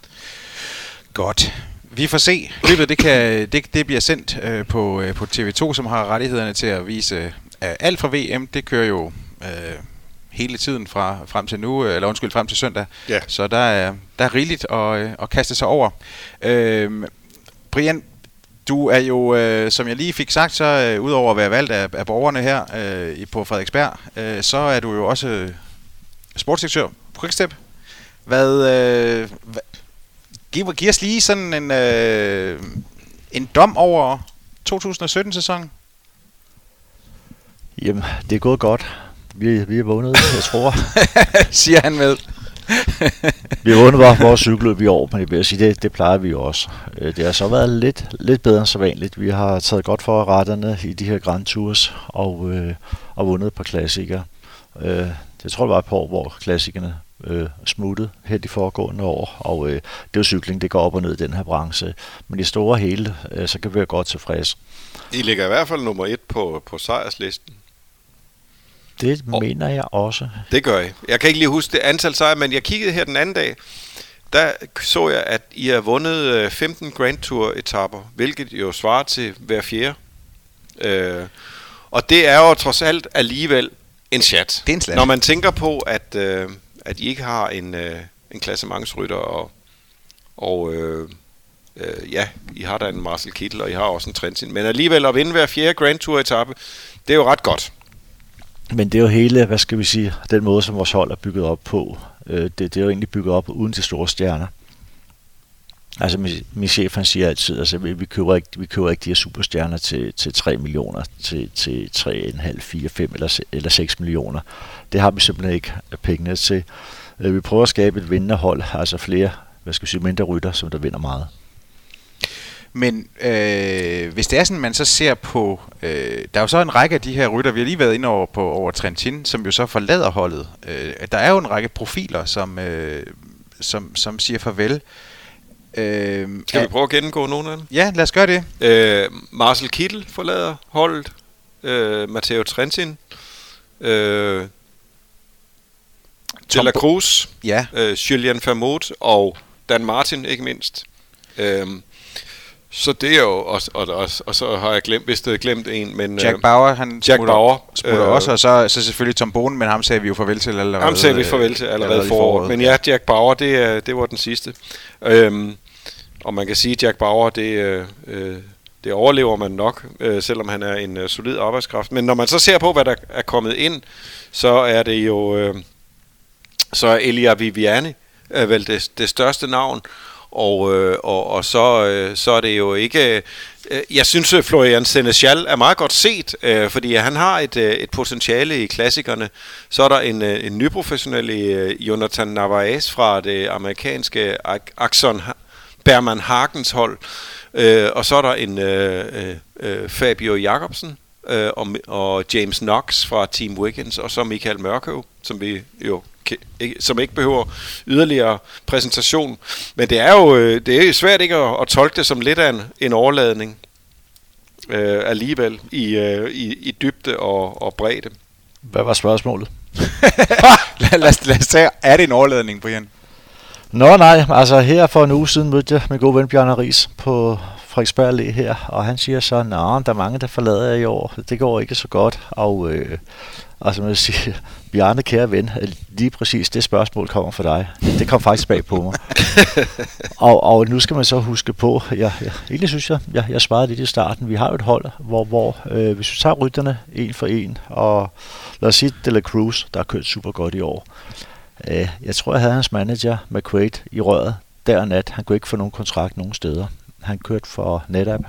Godt. Vi får se. Løbet, det, kan, det, det bliver sendt øh, på, øh, på T V to, som har rettighederne til at vise øh, alt fra V M. Det kører jo øh, hele tiden fra frem til nu, eller undskyld, frem til søndag. Ja. Så der er, der er rigeligt at, at kaste sig over. Øh, Brian, du er jo, øh, som jeg lige fik sagt, så øh, udover at være valgt af, af borgerne her øh, på Frederiksberg, øh, så er du jo også øh, sportsdirektør på Quickstep. Hvad, øh, hvad giv, giv os lige sådan en, øh, en dom over to tusind og sytten-sæsonen. Jamen, det er gået godt. Vi, vi er vundet, jeg tror. Siger han med. Vi har vundet vores cykelløb i år, men jeg vil sige, det, det plejer vi også. Det har så været lidt, lidt bedre end så vanligt. Vi har taget godt for retterne i de her Grand Tours og, øh, og vundet på klassikere. Øh, det tror jeg var et par år, hvor klassikerne øh, smuttede her de foregående år, og øh, det er jo cykling, det går op og ned i den her branche. Men i store hele, øh, så kan vi være godt tilfredse. I ligger i hvert fald nummer et på, på sejrslisten. Det mener jeg også. Det gør jeg. Jeg kan ikke lige huske det antal sejre, men jeg kiggede her den anden dag. Der så jeg, at I har vundet femten Grand Tour-etapper, hvilket jo svarer til hver fjerde. Øh, og det er jo trods alt alligevel en chat. Det er en slat. Når man tænker på, at, øh, at I ikke har en, øh, en klassementsrytter, og, og øh, øh, ja, I har da en Marcel Kittel, og I har også en Trentin. Men alligevel at vinde hver fjerde Grand Tour-etappe, det er jo ret godt. Men det er jo hele, hvad skal vi sige, den måde, som vores hold er bygget op på. Det, det er jo egentlig bygget op uden de store stjerner. Altså min, min chef han siger altid, altså vi, vi, køber ikke, vi køber ikke de her superstjerner til, til tre millioner, til, til tre komma fem, fire, fem eller, eller seks millioner. Det har vi simpelthen ikke pengene til. Vi prøver at skabe et vindende hold, altså flere, hvad skal vi sige, mindre rytter, som der vinder meget. Men øh, hvis det er sådan, man så ser på, øh, der er jo så en række af de her rytter, vi har lige været inde over på over Trentin, som jo så forlader holdet. Øh, der er jo en række profiler, som, øh, som, som siger farvel. Øh, Skal vi prøve at gennemgå nogle af dem? Ja, lad os gøre det. Øh, Marcel Kittel forlader holdet. Øh, Matteo Trentin. Øh, De La Cruz. Ja. Øh, Julian Vermoet og Dan Martin, ikke mindst. Øh, Så det er jo også, og, og, og så har jeg glemt, hvis det er glemt en, men Jack Bauer, han Jack smutter, Bauer, smutter øh, også, og så, så selvfølgelig Tom Bonen, men ham sagde vi jo farvel til allerede. Ham sagde vi farvel til allerede, allerede for året. Men ja, ja. Jack Bauer, det, det var den sidste. Øhm, og man kan sige, at Jack Bauer, det, øh, det overlever man nok, øh, selvom han er en øh, solid arbejdskraft. Men når man så ser på, hvad der er kommet ind, så er det jo, øh, så er Elia Viviani øh, vel det, det største navn. Og, øh, og, og så, øh, så er det jo ikke... Øh, jeg synes, at Florian Sénéchal er meget godt set, øh, fordi han har et, øh, et potentiale i klassikerne. Så er der en, øh, en nyprofessionel i øh, Jonathan Narvaez fra det amerikanske Axon Berman Hagens hold. Øh, og så er der en øh, øh, Fabio Jacobsen øh, og, og James Knox fra Team Wiggins, og så Michael Mørkøv, som vi jo... som ikke behøver yderligere præsentation. Men det er jo det er svært ikke at, at tolke det som lidt af en, en overladning øh, alligevel i, øh, i, i dybde og, og bredde. Hvad var spørgsmålet? lad, lad, lad os tage, er det en overladning, Brian? Nå nej, altså her for en uge siden mødte jeg min gode ven Bjarne Riis på Frederiksberg Allé her, og han siger så, nej, der er mange, der forlader i år. Det går ikke så godt, og... Øh, Og som jeg siger, Bjarne, kære ven, lige præcis det spørgsmål kommer fra dig. Det kom faktisk bag på mig. og, og nu skal man så huske på, jeg, jeg, egentlig synes jeg, jeg, jeg svarede lidt i starten, vi har jo et hold, hvor, hvor øh, hvis vi tager rytterne en for en, og lad os sige De La Cruz, der har kørt super godt i år. Øh, jeg tror, jeg havde hans manager, McQuaid, i røret der og nat. Han kunne ikke få nogen kontrakt nogen steder. Han kørte for NetApp,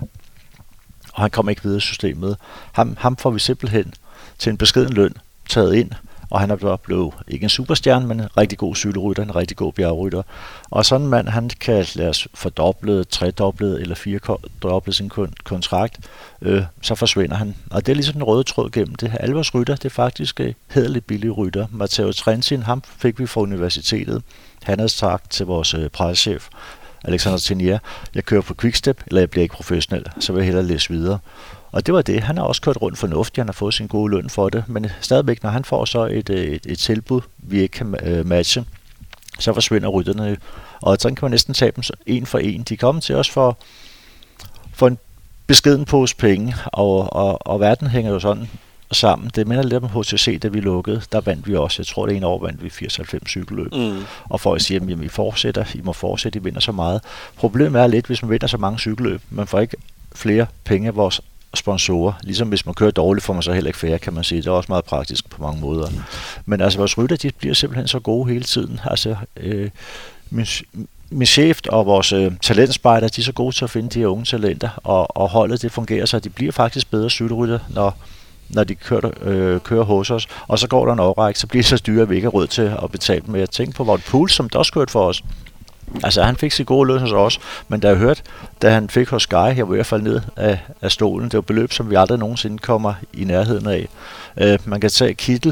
og han kom ikke videre i systemet. Ham, ham får vi simpelthen til en beskeden løn taget ind, og han er blevet ikke en superstjerne, men en rigtig god cykelrytter, en rigtig god bjergrytter. Og sådan en mand, han kan lade os fordoble, tredoble eller firedoble sin kontrakt, øh, så forsvinder han. Og det er ligesom den røde tråd gennem det. Alle vores rytter, det er faktisk hæderligt billige rytter. Matteo Trentin, ham fik vi fra universitetet. Han havde sagt til vores øh, pressechef, Alexander Tenier, jeg kører på Quickstep, eller jeg bliver ikke professionel, så vil jeg hellere læse videre. Og det var det. Han har også kørt rundt fornuftigt, han har fået sin gode løn for det, men stadigvæk, når han får så et, et, et tilbud, vi ikke kan øh, matche, så forsvinder rytterne. Og sådan kan man næsten tage dem en for en. De kommer til os for, for en beskeden pose penge, og, og, og verden hænger jo sådan sammen. Det minder lidt om H T C, da vi lukkede. Der vandt vi også. Jeg tror, det ene år vandt vi firs halvfems cykelløb. Mm. Og folk siger, at I fortsætter, I må fortsætte, I vinder så meget. Problemet er lidt, hvis man vinder så mange cykelløb, man får ikke flere penge af vores sponsorer. Ligesom hvis man kører dårligt, får man så heller ikke færre, kan man sige. Det er også meget praktisk på mange måder. Men altså, vores rytter, de bliver simpelthen så gode hele tiden. Altså, øh, min, min chef og vores øh, talentspejder, de er så gode til at finde de her unge talenter, og, og holdet, det fungerer, så de bliver faktisk bedre cykelrytter, når når de kører, øh, kører hos os, og så går der en årrække, så bliver det så dyre, at vi ikke har råd til at betale dem. Men jeg tænker på Wout Poels, som der også kørte for os. Altså, han fik sig gode løn hos os, men da jeg hørte, da han fik hos Sky, jeg var i hvert fald ned af, af stolen, det var beløb, som vi aldrig nogensinde kommer i nærheden af. Øh, man kan tage Kittel.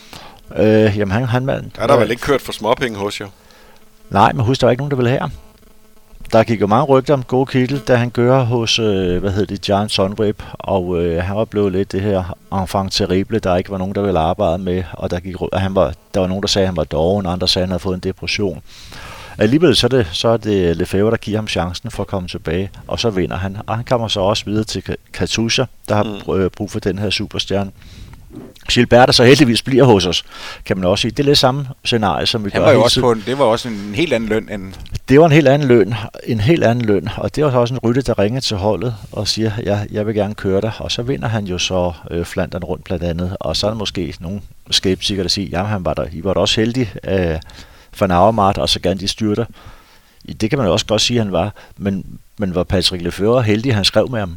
Øh, jamen, han, han mand... Er der øh, vel ikke kørt for småpenge hos jer? Nej, men husk, der var ikke nogen, der ville have ham. der gik jo mange rygter om Go Kittel, da han gør hos, øh, hvad hedder det, Giant Sunweb, og øh, han var blevet lidt det her enfant terrible, der ikke var nogen, der ville arbejde med, og der, gik, han var, der var nogen, der sagde, at han var doven, andre sagde, at han havde fået en depression. Alligevel så er det, så er det Lefebvre, der giver ham chancen for at komme tilbage, og så vinder han. Og han kommer så også videre til Katusha, der har mm. brug for den her superstjerne. Gilbert, der så heldigvis bliver hos os, kan man også sige. Det er lidt samme scenarie, som vi han gør. Var jo også på en, det var også en helt anden løn end... Det var en helt anden løn, en helt anden løn, og det var også en rytter, der ringer til holdet og siger, ja, jeg vil gerne køre dig, og så vinder han jo så øh, Flandern rundt blandt andet, og så er der måske nogle skeptikere, der siger, jamen han var der, I var da også heldig af Van Avermaet, og så gerne de styrter. Det kan man også godt sige, han var, men, men var Patrick Lefebvre heldig, han skrev med ham?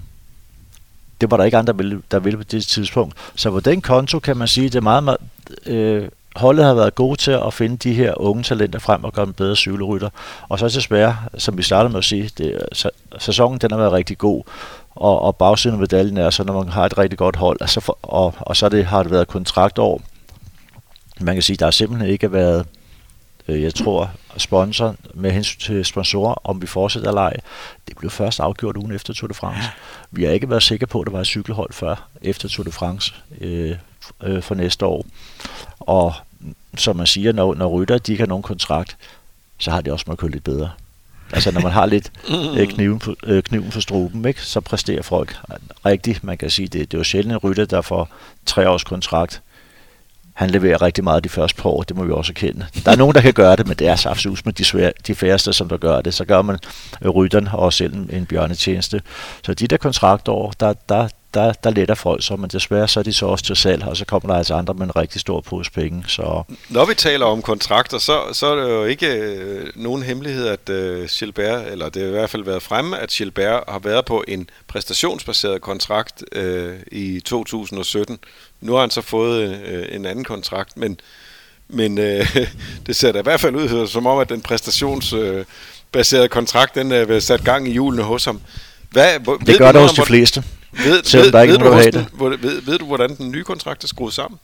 Det var der ikke andre, der ville, der ville på det tidspunkt. Så på den konto kan man sige, at det er meget, meget øh, holdet har været gode til at finde de her unge talenter frem og gøre dem bedre cykelrytter. Og så desværre, som vi startede med at sige, det, sæsonen den har været rigtig god, og, og bagsiden af medaljen er så, når man har et rigtig godt hold, altså for, og, og så det, har det været kontraktår. Man kan sige, der har simpelthen ikke været, øh, jeg tror, sponsor med hensyn til sponsorer, om vi fortsætter eller ej. Det blev først afgjort ugen efter Tour de France. Ja. Vi har ikke været sikre på, at der var et cykelhold før efter Tour de France øh, øh, for næste år. Og som man siger, når, når rytter de ikke har nogen kontrakt, så har de også må køre lidt bedre. Altså når man har lidt øh, kniven, på, øh, kniven for struben, ikke, så præsterer folk rigtigt. Man kan sige, det, det er jo sjældent en rytter, der får tre års kontrakt. Han leverer rigtig meget de første par år, det må vi også erkende. Der er nogen, der kan gøre det, men det er så absolut med de, svære, de færreste, som der gør det. Så gør man rytteren og selv en, en bjørnetjeneste. Så de der kontraktår, der, der, der, der letter folk så, men desværre så er de så også til salg, og så kommer der altså andre med en rigtig stor pose penge. Så. Når vi taler om kontrakter, så, så er det jo ikke øh, nogen hemmelighed, at øh, Gilbert, eller det har i hvert fald været fremme, at Gilbert har været på en præstationsbaseret kontrakt øh, i to tusind og sytten. Nu har han så fået øh, en anden kontrakt, men, men øh, det ser da i hvert fald ud som om, at den præstationsbaserede øh, kontrakt, den er øh, sat gang i hjulene hos ham. Hvad, det ved gør det hos de fleste, ved, selvom der ikke er nogen, der den, ved, ved, ved du, hvordan den nye kontrakt er skruet sammen?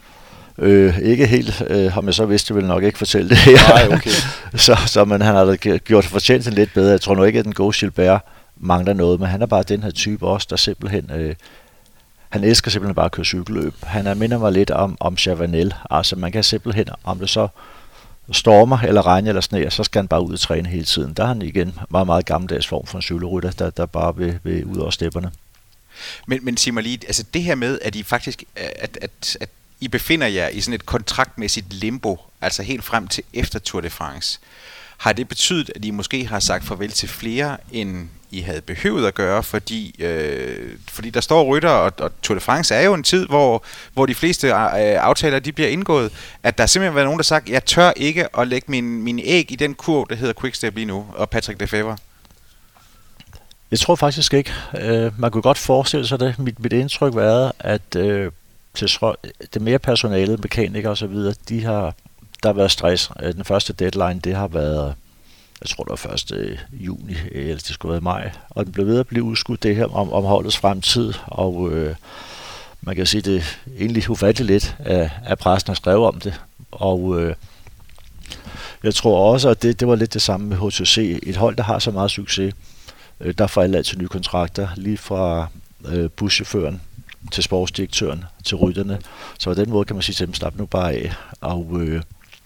Øh, ikke helt, øh, om jeg så vidste, vil nok ikke fortælle det her. Nej, okay. så, så men han har gjort fortjent lidt bedre. Jeg tror nu ikke, at den gode Gilbert mangler noget, men han er bare den her type også, der simpelthen... Øh, Han elsker simpelthen bare at køre cykelløb. Han er minder mig lidt om, om Chavanel. Altså man kan simpelthen, om det så stormer eller regner eller sne, så skal han bare ud og træne hele tiden. Der er han igen meget, meget gammeldags form for en cykelrytter, der, der bare vil, vil ud over stepperne. Men, men sig mig lige, altså det her med, at I faktisk, at, at, at I befinder jer i sådan et kontraktmæssigt limbo, altså helt frem til efter Tour de France, har det betydet, at I måske har sagt farvel til flere, end I havde behøvet at gøre, fordi, øh, fordi der står rytter, og, og Tour de France er jo en tid, hvor, hvor de fleste øh, aftaler de bliver indgået, at der simpelthen været nogen, der sagt, jeg tør ikke at lægge min, mine æg i den kurv, der hedder Quickstep lige nu, og Patrick Lefebvre? Jeg tror faktisk ikke. Øh, man kunne godt forestille sig det. Mit, mit indtryk var, at øh, til det mere personalet, mekanikere og så videre, de har, der har været stress. Den første deadline, det har været, jeg tror det var første juni, eller det skulle være i maj, og den blev ved at blive udskudt det her om, om holdets fremtid, og øh, man kan sige, det er egentlig ufatteligt lidt, at, at pressen har skrevet om det, og øh, jeg tror også, at det, det var lidt det samme med H T C, et hold, der har så meget succes, øh, der får alle altid nye kontrakter, lige fra øh, buschaufføren til sportsdirektøren, til rytterne, så på den måde kan man sige til dem, slap nu bare af, og øh,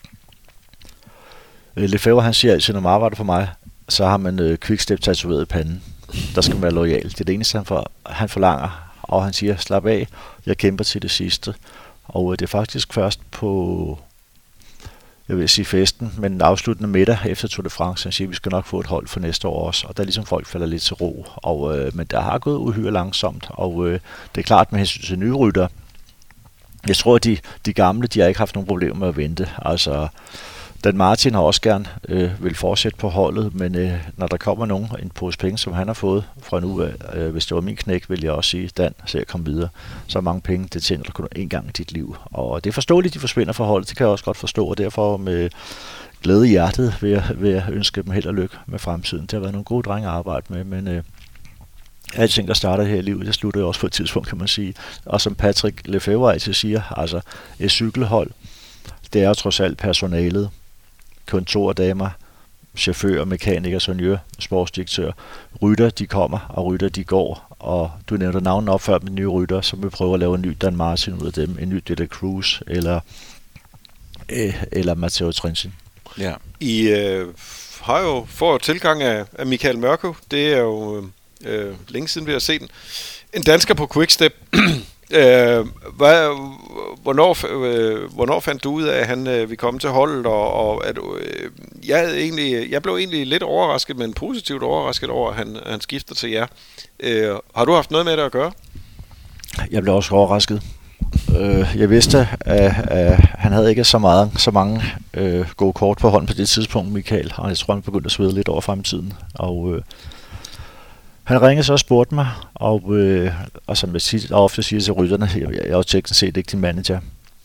Lefebvre, han siger altid, når man arbejder for mig, så har man øh, Quickstep tatoveret i panden. Der skal man være lojal. Det er det eneste, han, for, han forlanger. Og han siger, slap af, jeg kæmper til det sidste. Og øh, det er faktisk først på, jeg vil sige festen, men den afsluttende middag efter Tour de France, han siger, vi skal nok få et hold for næste år også. Og der er ligesom folk falder lidt til ro. Og, øh, men der har gået uhyre langsomt. Og øh, det er klart med hensyn til nye rytter. Jeg tror, at de, de gamle, de har ikke haft nogen problemer med at vente. Altså... Dan Martin har også gerne øh, vil fortsætte på holdet, men øh, når der kommer nogen, en pose penge, som han har fået fra nu af, øh, hvis det var min knæk, vil jeg også sige, Dan, så jeg komme videre. Så mange penge, det tjener du kun en gang i dit liv. Og det er forståeligt, de forsvinder fra holdet, det kan jeg også godt forstå, og derfor med glæde i hjertet vil jeg, vil jeg ønske dem held og lykke med fremtiden. Det har været nogle gode drenge at arbejde med, men øh, alting, der starter her i livet, det slutter jo også på et tidspunkt, kan man sige. Og som Patrick Lefebvre altid siger, altså et cykelhold, det er jo trods alt personalet, kontordamer, chauffør, mekaniker, ingeniør, sportsdirektør. Rytter, de kommer, og rytter, de går. Og du nævnte navnet op før med nye rytter, så vi prøver at lave en ny Dan Martin ud af dem, en ny De La Cruz, eller, øh, eller Matteo Trentin. Ja. I øh, har jo fået tilgang af, af Michael Mørkøv. Det er jo øh, længe siden, vi har set den. En dansker på Quickstep. øh, hvad, hvornår, øh, hvornår fandt du ud af, at han øh, ville komme til holdet? Og, og at, øh, jeg, egentlig, jeg blev egentlig lidt overrasket, men positivt overrasket over, at han, han skifter til jer. Øh, har du haft noget med det at gøre? Jeg blev også overrasket. Øh, jeg vidste, at, at han havde ikke så, meget, så mange øh, gode kort på hånden på det tidspunkt, Michael, og jeg tror, han begyndte at svede lidt over fremtiden. Og øh, han ringede så og spurgte mig, og, øh, og som jeg tit, ofte siger til rytterne, jeg, jeg er jo teknisk set ikke din manager.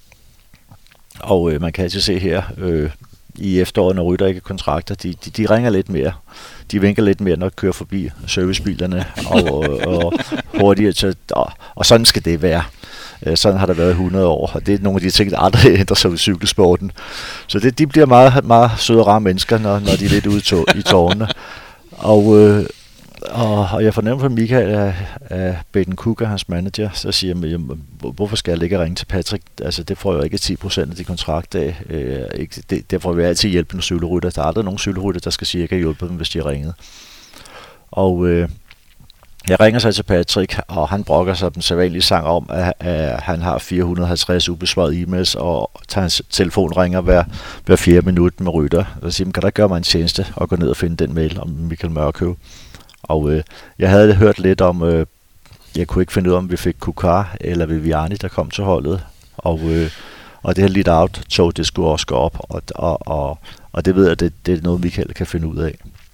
Og øh, man kan altid se her, øh, i efteråret, når rytter ikke kontrakter, de, de, de ringer lidt mere. De vinker lidt mere, når de kører forbi servicebilerne, og, og, og hurtigere til, og, og sådan skal det være. Sådan har der været hundrede år, og det er nogle af de ting, der aldrig ændrer sig ved cykelsporten. Så det, de bliver meget, meget søde og rare mennesker, når, når de er lidt ude i tårnene. Og, øh, og, og jeg fornemmer fra Michael, at, at Baden Cook, hans manager, så siger jeg, hvorfor skal jeg ligge og ringe til Patrick? Altså, det får jo ikke ti procent af de kontrakt af. Øh, ikke, det, derfor vil jeg altid hjælpe nogle cykelrytter. Der er aldrig nogen cykelrytter, der skal sige, at jeg kan hjælpe dem, hvis de har ringet. Og øh, jeg ringer så til Patrick, og han brokker sig den sædvanlige sang om, at, at han har fire hundrede og halvtreds ubesvarede e-mails, og tager hans telefon ringer hver, hver fjerde minut med rytter. Og siger, kan der gøre mig en tjeneste og gå ned og finde den mail om Michael Mørkøv? Og øh, jeg havde hørt lidt om, øh, jeg kunne ikke finde ud af, om vi fik Kukar eller Viviani, der kom til holdet. Og, øh, og det her lead-out-tog, det skulle også gå op, og, og, og, og det ved jeg, det, det er noget, Michael kan finde ud af.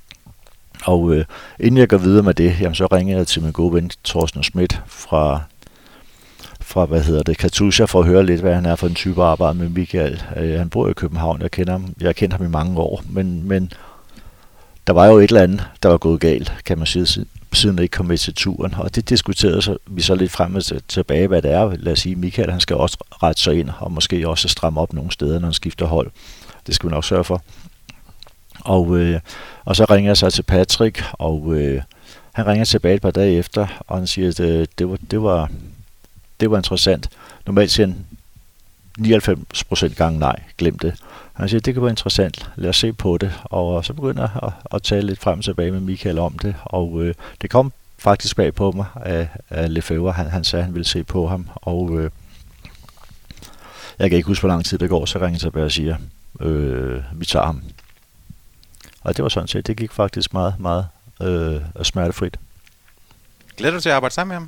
Og øh, inden jeg går videre med det, jamen, så ringer jeg til min gode ven Thorsten Schmidt fra, fra hvad hedder det, Katusha, for at høre lidt, hvad han er for en type arbejde med Michael. Øh, han bor i København, jeg kender ham, jeg har kendt ham i mange år, men, men der var jo et eller andet, der var gået galt, kan man sige, siden jeg ikke kom med til turen. Og det diskuterede så, vi så lidt frem og tilbage, hvad det er. Lad os sige, Michael, han skal også rette sig ind, og måske også stramme op nogle steder, når han skifter hold. Det skal vi nok sørge for. Og, øh, og så ringer jeg så til Patrick, og øh, han ringer tilbage et par dage efter, og han siger, at øh, det, var, det, var, det var interessant. Normalt siger han nioghalvfems procent gange nej, glem det. Han siger, det kan være interessant, lad os se på det. Og så begynder jeg at, at tale lidt frem og tilbage med Michael om det, og øh, det kom faktisk bag på mig af, af Lefebvre. Han, han sagde, at han ville se på ham, og øh, jeg kan ikke huske, hvor lang tid det går, så ringer jeg tilbage og siger, øh, vi tager ham. Og det var sådan set, det gik faktisk meget, meget øh, smertefrit. Glæder du til at arbejde sammen med ham?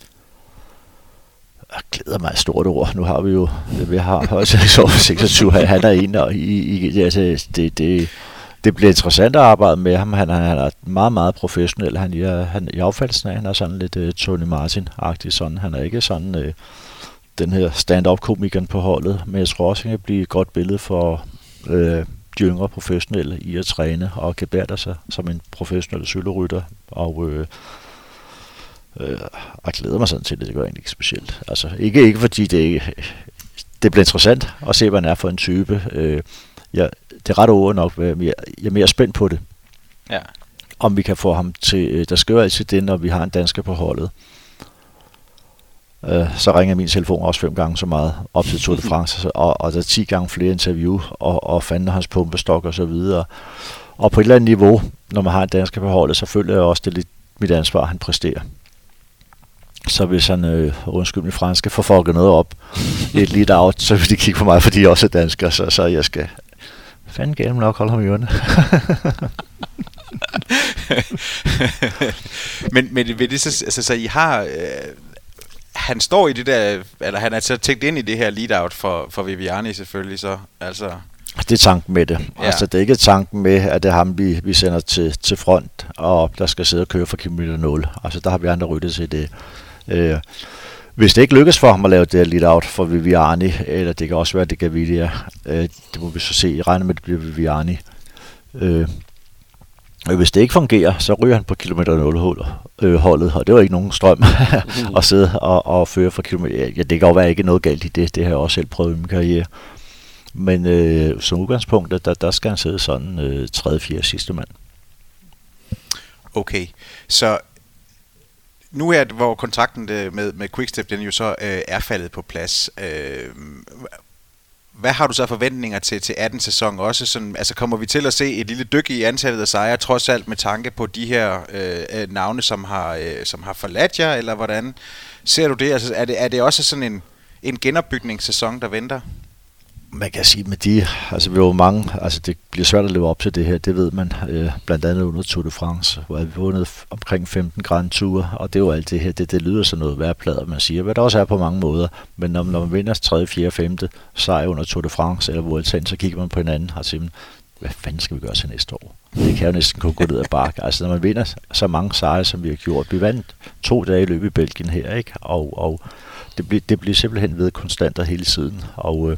Jeg glæder mig et stort ord. Nu har vi jo, vi har også så seksogtyve, han er en, og i, i, altså, det, det, det bliver interessant at arbejde med ham. Han, han er meget, meget professionel. Han, ja, han, i opfattelsen af, han er sådan lidt uh, Tony Martin-agtig. Sådan. Han er ikke sådan uh, den her stand-up-komikeren på holdet, men jeg tror også, han kan blive et godt billede for uh, de yngre professionelle i at træne, og kan bære sig som en professionel cykelrytter. Og uh, Øh, jeg glæder mig sådan til det, det gør egentlig ikke specielt. Altså, ikke, ikke fordi det, det bliver interessant at se, hvad han er for en type. Øh, jeg, det er ret ord nok, jeg, jeg er mere spændt på det. Ja. Om vi kan få ham til, der sker jo altid det, når vi har en dansker på holdet. Øh, så ringer min telefon også fem gange så meget op til Tour de France, og, og der er ti gange flere interview, og, og fanden hans pumpestok og så videre. Og på et eller andet niveau, når man har en dansker på holdet, så føler jeg også, det er lidt mit ansvar, han præsterer. Så hvis han, øh, undskyld min franske, får fucket noget op i et lead out, så vil de kigge på mig, fordi jeg også er dansker, så, så jeg skal fanden galt nok holde ham i ørene. men, men ved det så, altså, så I har, øh, han står i det der, eller han er så tænkt ind i det her lead out for, for Viviani selvfølgelig, så altså... Det er tanken med det. Ja. Altså, det er ikke tanken med, at det er ham, vi, vi sender til, til front, og der skal sidde og køre for kilometer nul. Altså, der har vi andre ryttet til det. Øh, hvis det ikke lykkes for ham at lave det her lead out for Viviani, eller det kan også være, at det kan Vidia, øh, det må vi så se. I regner med, at det bliver Viviani. Øh, hvis det ikke fungerer, så ryger han på kilometer nul øh, holdet, og det var ikke nogen strøm at sidde og, og føre for kilometer. Ja, det kan jo være ikke noget galt i det. Det har jeg også selv prøvet i min karriere. Men øh, som udgangspunkt, der, der skal han sidde sådan øh, tredje, fjerde sidste mand. Okay, så nu er det, hvor kontrakten med, med Quickstep, den jo så øh, er faldet på plads. Øh, hvad har du så forventninger til, til attende sæson også? Sådan, altså kommer vi til at se et lille dyk i antallet af sejre, trods alt med tanke på de her øh, navne, som har, øh, som har forladt jer, eller hvordan ser du det? Altså, er det, er det også sådan en, en genopbygningssæson, der venter? Man kan sige med de, altså vi var mange, altså det bliver svært at leve op til det her, det ved man, øh, blandt andet under Tour de France, hvor vi vundet omkring femten Grand Tour, og det er jo alt det her, det, det lyder sådan noget værplader, man siger, hvad der også er på mange måder, men når, når man vinder tredje, fjerde, femte sejr under Tour de France eller Vueltaen, så kigger man på hinanden og siger, hvad fanden skal vi gøre til næste år? Det kan jo næsten kunne gå ud af bakke. Altså når man vinder så mange sejre, som vi har gjort, vi vandt to dage i løbet i Belgien her, ikke? Og, og det, bliver, det bliver simpelthen ved konstant hele tiden, og øh,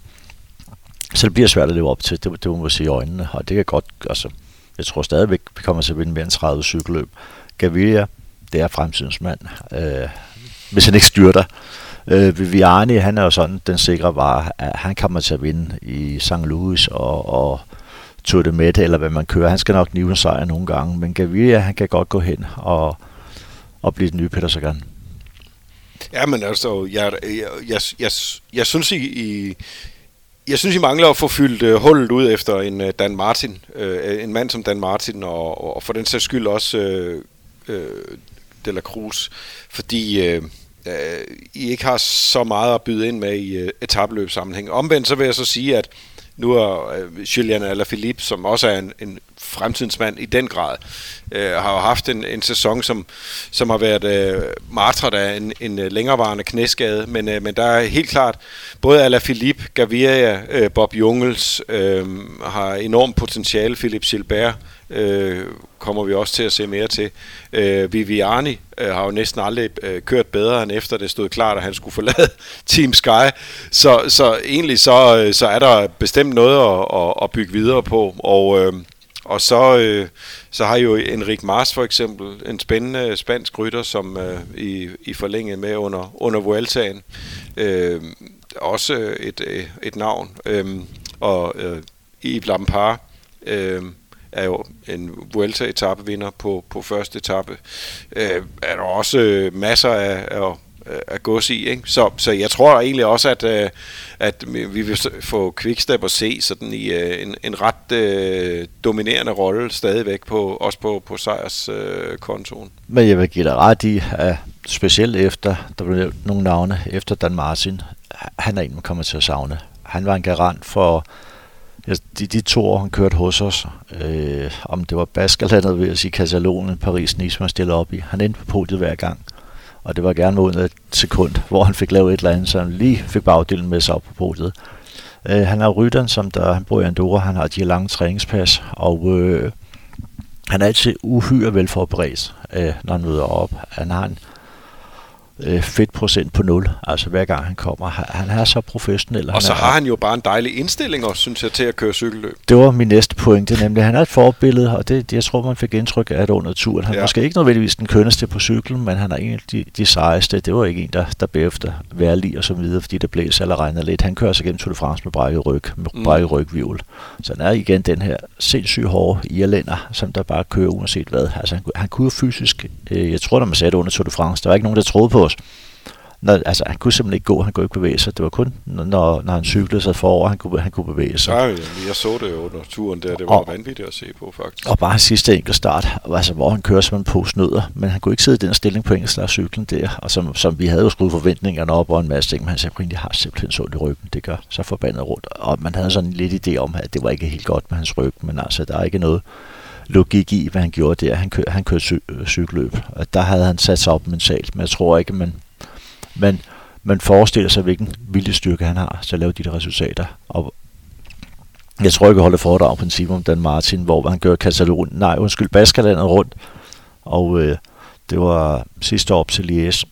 så det bliver svært at leve op til, det, det må man se i øjnene, og det kan godt, altså, jeg tror stadigvæk, vi kommer til at vinde mere end tredive cykelløb. Gaviria, det er fremtidens mand, øh, hvis han ikke styrter. Øh, Viviani, han er jo sådan, den sikre vare, at han kommer til at vinde i Sankt Louis og, og Tour de Mette, eller hvad man kører. Han skal nok nive en sejr nogle gange, men Gaviria, han kan godt gå hen og, og blive den nye Peter Sagan. Ja, men altså, jeg, jeg, jeg, jeg, jeg synes, I, I Jeg synes, I mangler at få fyldt uh, hullet ud efter en uh, Dan Martin. Uh, en mand som Dan Martin, og, og for den sags skyld også uh, uh, De La Cruz. Fordi uh, uh, I ikke har så meget at byde ind med i uh, etapeløbssammenhæng. Omvendt så vil jeg så sige, at nu er uh, Julian Alaphilippe, som også er en, en fremtidens mand i den grad, uh, har jo haft en, en sæson, som, som har været uh, martret af en, en uh, længerevarende knæskade, men, uh, men der er helt klart både Alaphilippe, Gaviria, uh, Bob Jungels uh, har enormt potentiale. Philippe Gilbert uh, kommer vi også til at se mere til. Uh, Viviani uh, har jo næsten aldrig uh, kørt bedre, end efter det stod klart, at han skulle forlade Team Sky. Så, så egentlig så, uh, så er der bestemt noget at, at, at bygge videre på, og uh, Og så, øh, så har jo Enric Mas for eksempel, en spændende spansk rytter, som øh, i, i forlænget med under, under Vueltaen. Øh, også et, et navn. Øh, og øh, Yves Lampard øh, er jo en Vuelta-etappevinder på, på første etape. Øh, er der også masser af, af at gås i, ikke? Så, så jeg tror egentlig også, at, at vi vil få Quickstep at se sådan i en, en ret øh, dominerende rolle stadigvæk, på, også på, på sejrskontoen. Øh, Men jeg vil give dig ret i, at specielt efter, der blev nævnt nogle navne, efter Dan Martin, han er en, man kommer til at savne. Han var en garant for de, de to år, han kørte hos os, øh, om det var Baskerlandet, vil jeg sige, Katalonien, Paris, Nice, man stiller op i. Han endte på podiet hver gang. Og det var gerne under et sekund, hvor han fik lavet et eller andet, så han lige fik bagdelen med sig op på podiet. Øh, han er rytteren, som der, han bor i Andorra, han har de her lange træningspas, og øh, han er altid uhyre velforberedt, øh, når han møder op. Han har en øh, fedtprocent på nul, altså hver gang han kommer. Han er så professionel. Og så er, har han jo bare en dejlig indstilling også, synes jeg, til at køre cykelløb. Det var min næste pointe, nemlig han er et forbillede, og det, det jeg tror, man fik indtryk af det under turen. Han er ja. måske ikke nødvendigvis den kønneste på cyklen, men han er en af de, de sejeste. Det var ikke en, der, der bagefter værlig og så videre, fordi det blæser eller regner lidt. Han kører sig gennem Tour de France med brækket ryg, med mm. brækket rygvivl. Så han er igen den her sindssygt hårde irlænder, som der bare kører uanset hvad. Altså han, han kunne jo fysisk, øh, jeg tror, når man sagde det under Tour de France, der var ikke nogen, der troede på os. Når, altså, han kunne simpelthen ikke gå, han kunne ikke bevæge sig. Det var kun, når, når han cyklede sig forover, han kunne, han kunne bevæge sig. Ja, jeg så det jo under turen der, det var og, vanvittigt at se på, faktisk. Og bare sidste enkelt start, altså, hvor han kører som en pose nødder, men han kunne ikke sidde i den stilling på enkeltstartcyklen der, og som, som vi havde jo skruet forventningerne op og en masse ting, men han sagde, at har simpelthen så i ryggen, det gør så forbandet rundt. Og man havde sådan lidt idé om, at det var ikke helt godt med hans ryg, men altså, der er ikke noget logik i, hvad han gjorde der. Han, kør, han kørte cy- cykelløb, og der havde han sat sig op mentalt, men jeg tror ikke, man Men man forestiller sig, hvilken viljestyrke han har til at lave de der resultater. Og jeg tror ikke, jeg holder foredrag på princippet om Dan Martin, hvor han gør Katalonien, nej, undskyld, Baskerlandet rundt. Og øh, det var sidste år op til Liège.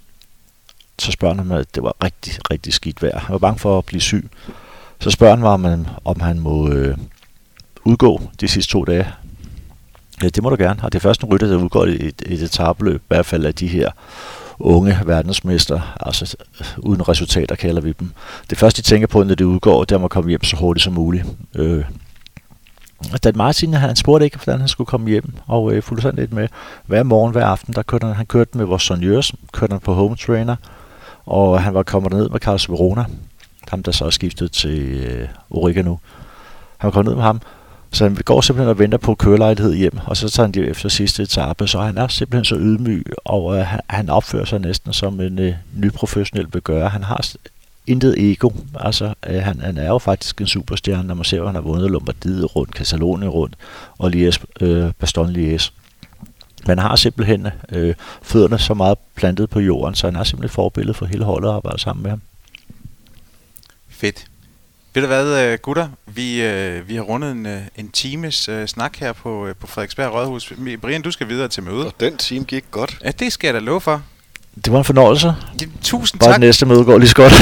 Så spørger han mig, at det var rigtig, rigtig skidt vejr. Han var bange for at blive syg. Så spørger han mig, om han, om han må øh, udgå de sidste to dage. Ja, det må du gerne. Og det er først en rytter, der udgår i et, et etapeløb, i hvert fald af de her unge verdensmester, altså uden resultater kalder vi dem. Det første, de tænker på, når det udgår, det er at komme hjem så hurtigt som muligt. Øh, Dan Martin, han spurgte ikke, hvordan han skulle komme hjem, og øh, fulgte sådan lidt med. Hver morgen, hver aften, der kørte han, han kørte med vores sonjørs, kørte han på home trainer, og han var kommet ned med Carlos Verona, ham der så er skiftet til øh, Orica nu. Han var kommet ned med ham, så han går simpelthen og venter på kørelejlighed hjem, og så tager han det efter sidste etape, så han er simpelthen så ydmyg, og øh, han, han opfører sig næsten som en øh, ny professionel vil gøre. Han har intet ego, altså øh, han, han er jo faktisk en superstjerne, når man ser, at han har vundet Lombardiet rundt, Katalonien rundt, og Liège, øh, Bastogne Liège. Man har simpelthen øh, fødderne så meget plantet på jorden, så han er simpelthen forbillede for hele holdet at arbejde sammen med ham. Fedt. Ved du hvad, gutter? Vi, øh, vi har rundet en, en times øh, snak her på, øh, på Frederiksberg Rådhus. Brian, du skal videre til møde. Og den time gik godt. Ja, det skal jeg da love for. Det var en fornøjelse. Ja, tusind Bare tak. det næste møde går lige så godt.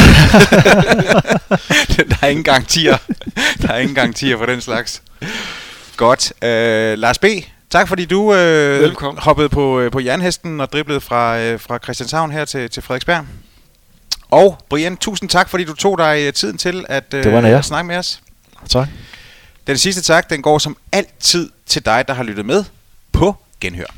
Der er ingen garantier. Der er ingen garantier for den slags. Godt. Øh, Lars B., tak fordi du øh, hoppede på, øh, på jernhesten og driblede fra, øh, fra Christianshavn her til, til Frederiksberg. Og Brian, tusind tak, fordi du tog dig tiden til at, øh, at snakke med os. Tak. Den sidste tak, den går som altid til dig, der har lyttet med på Genhør.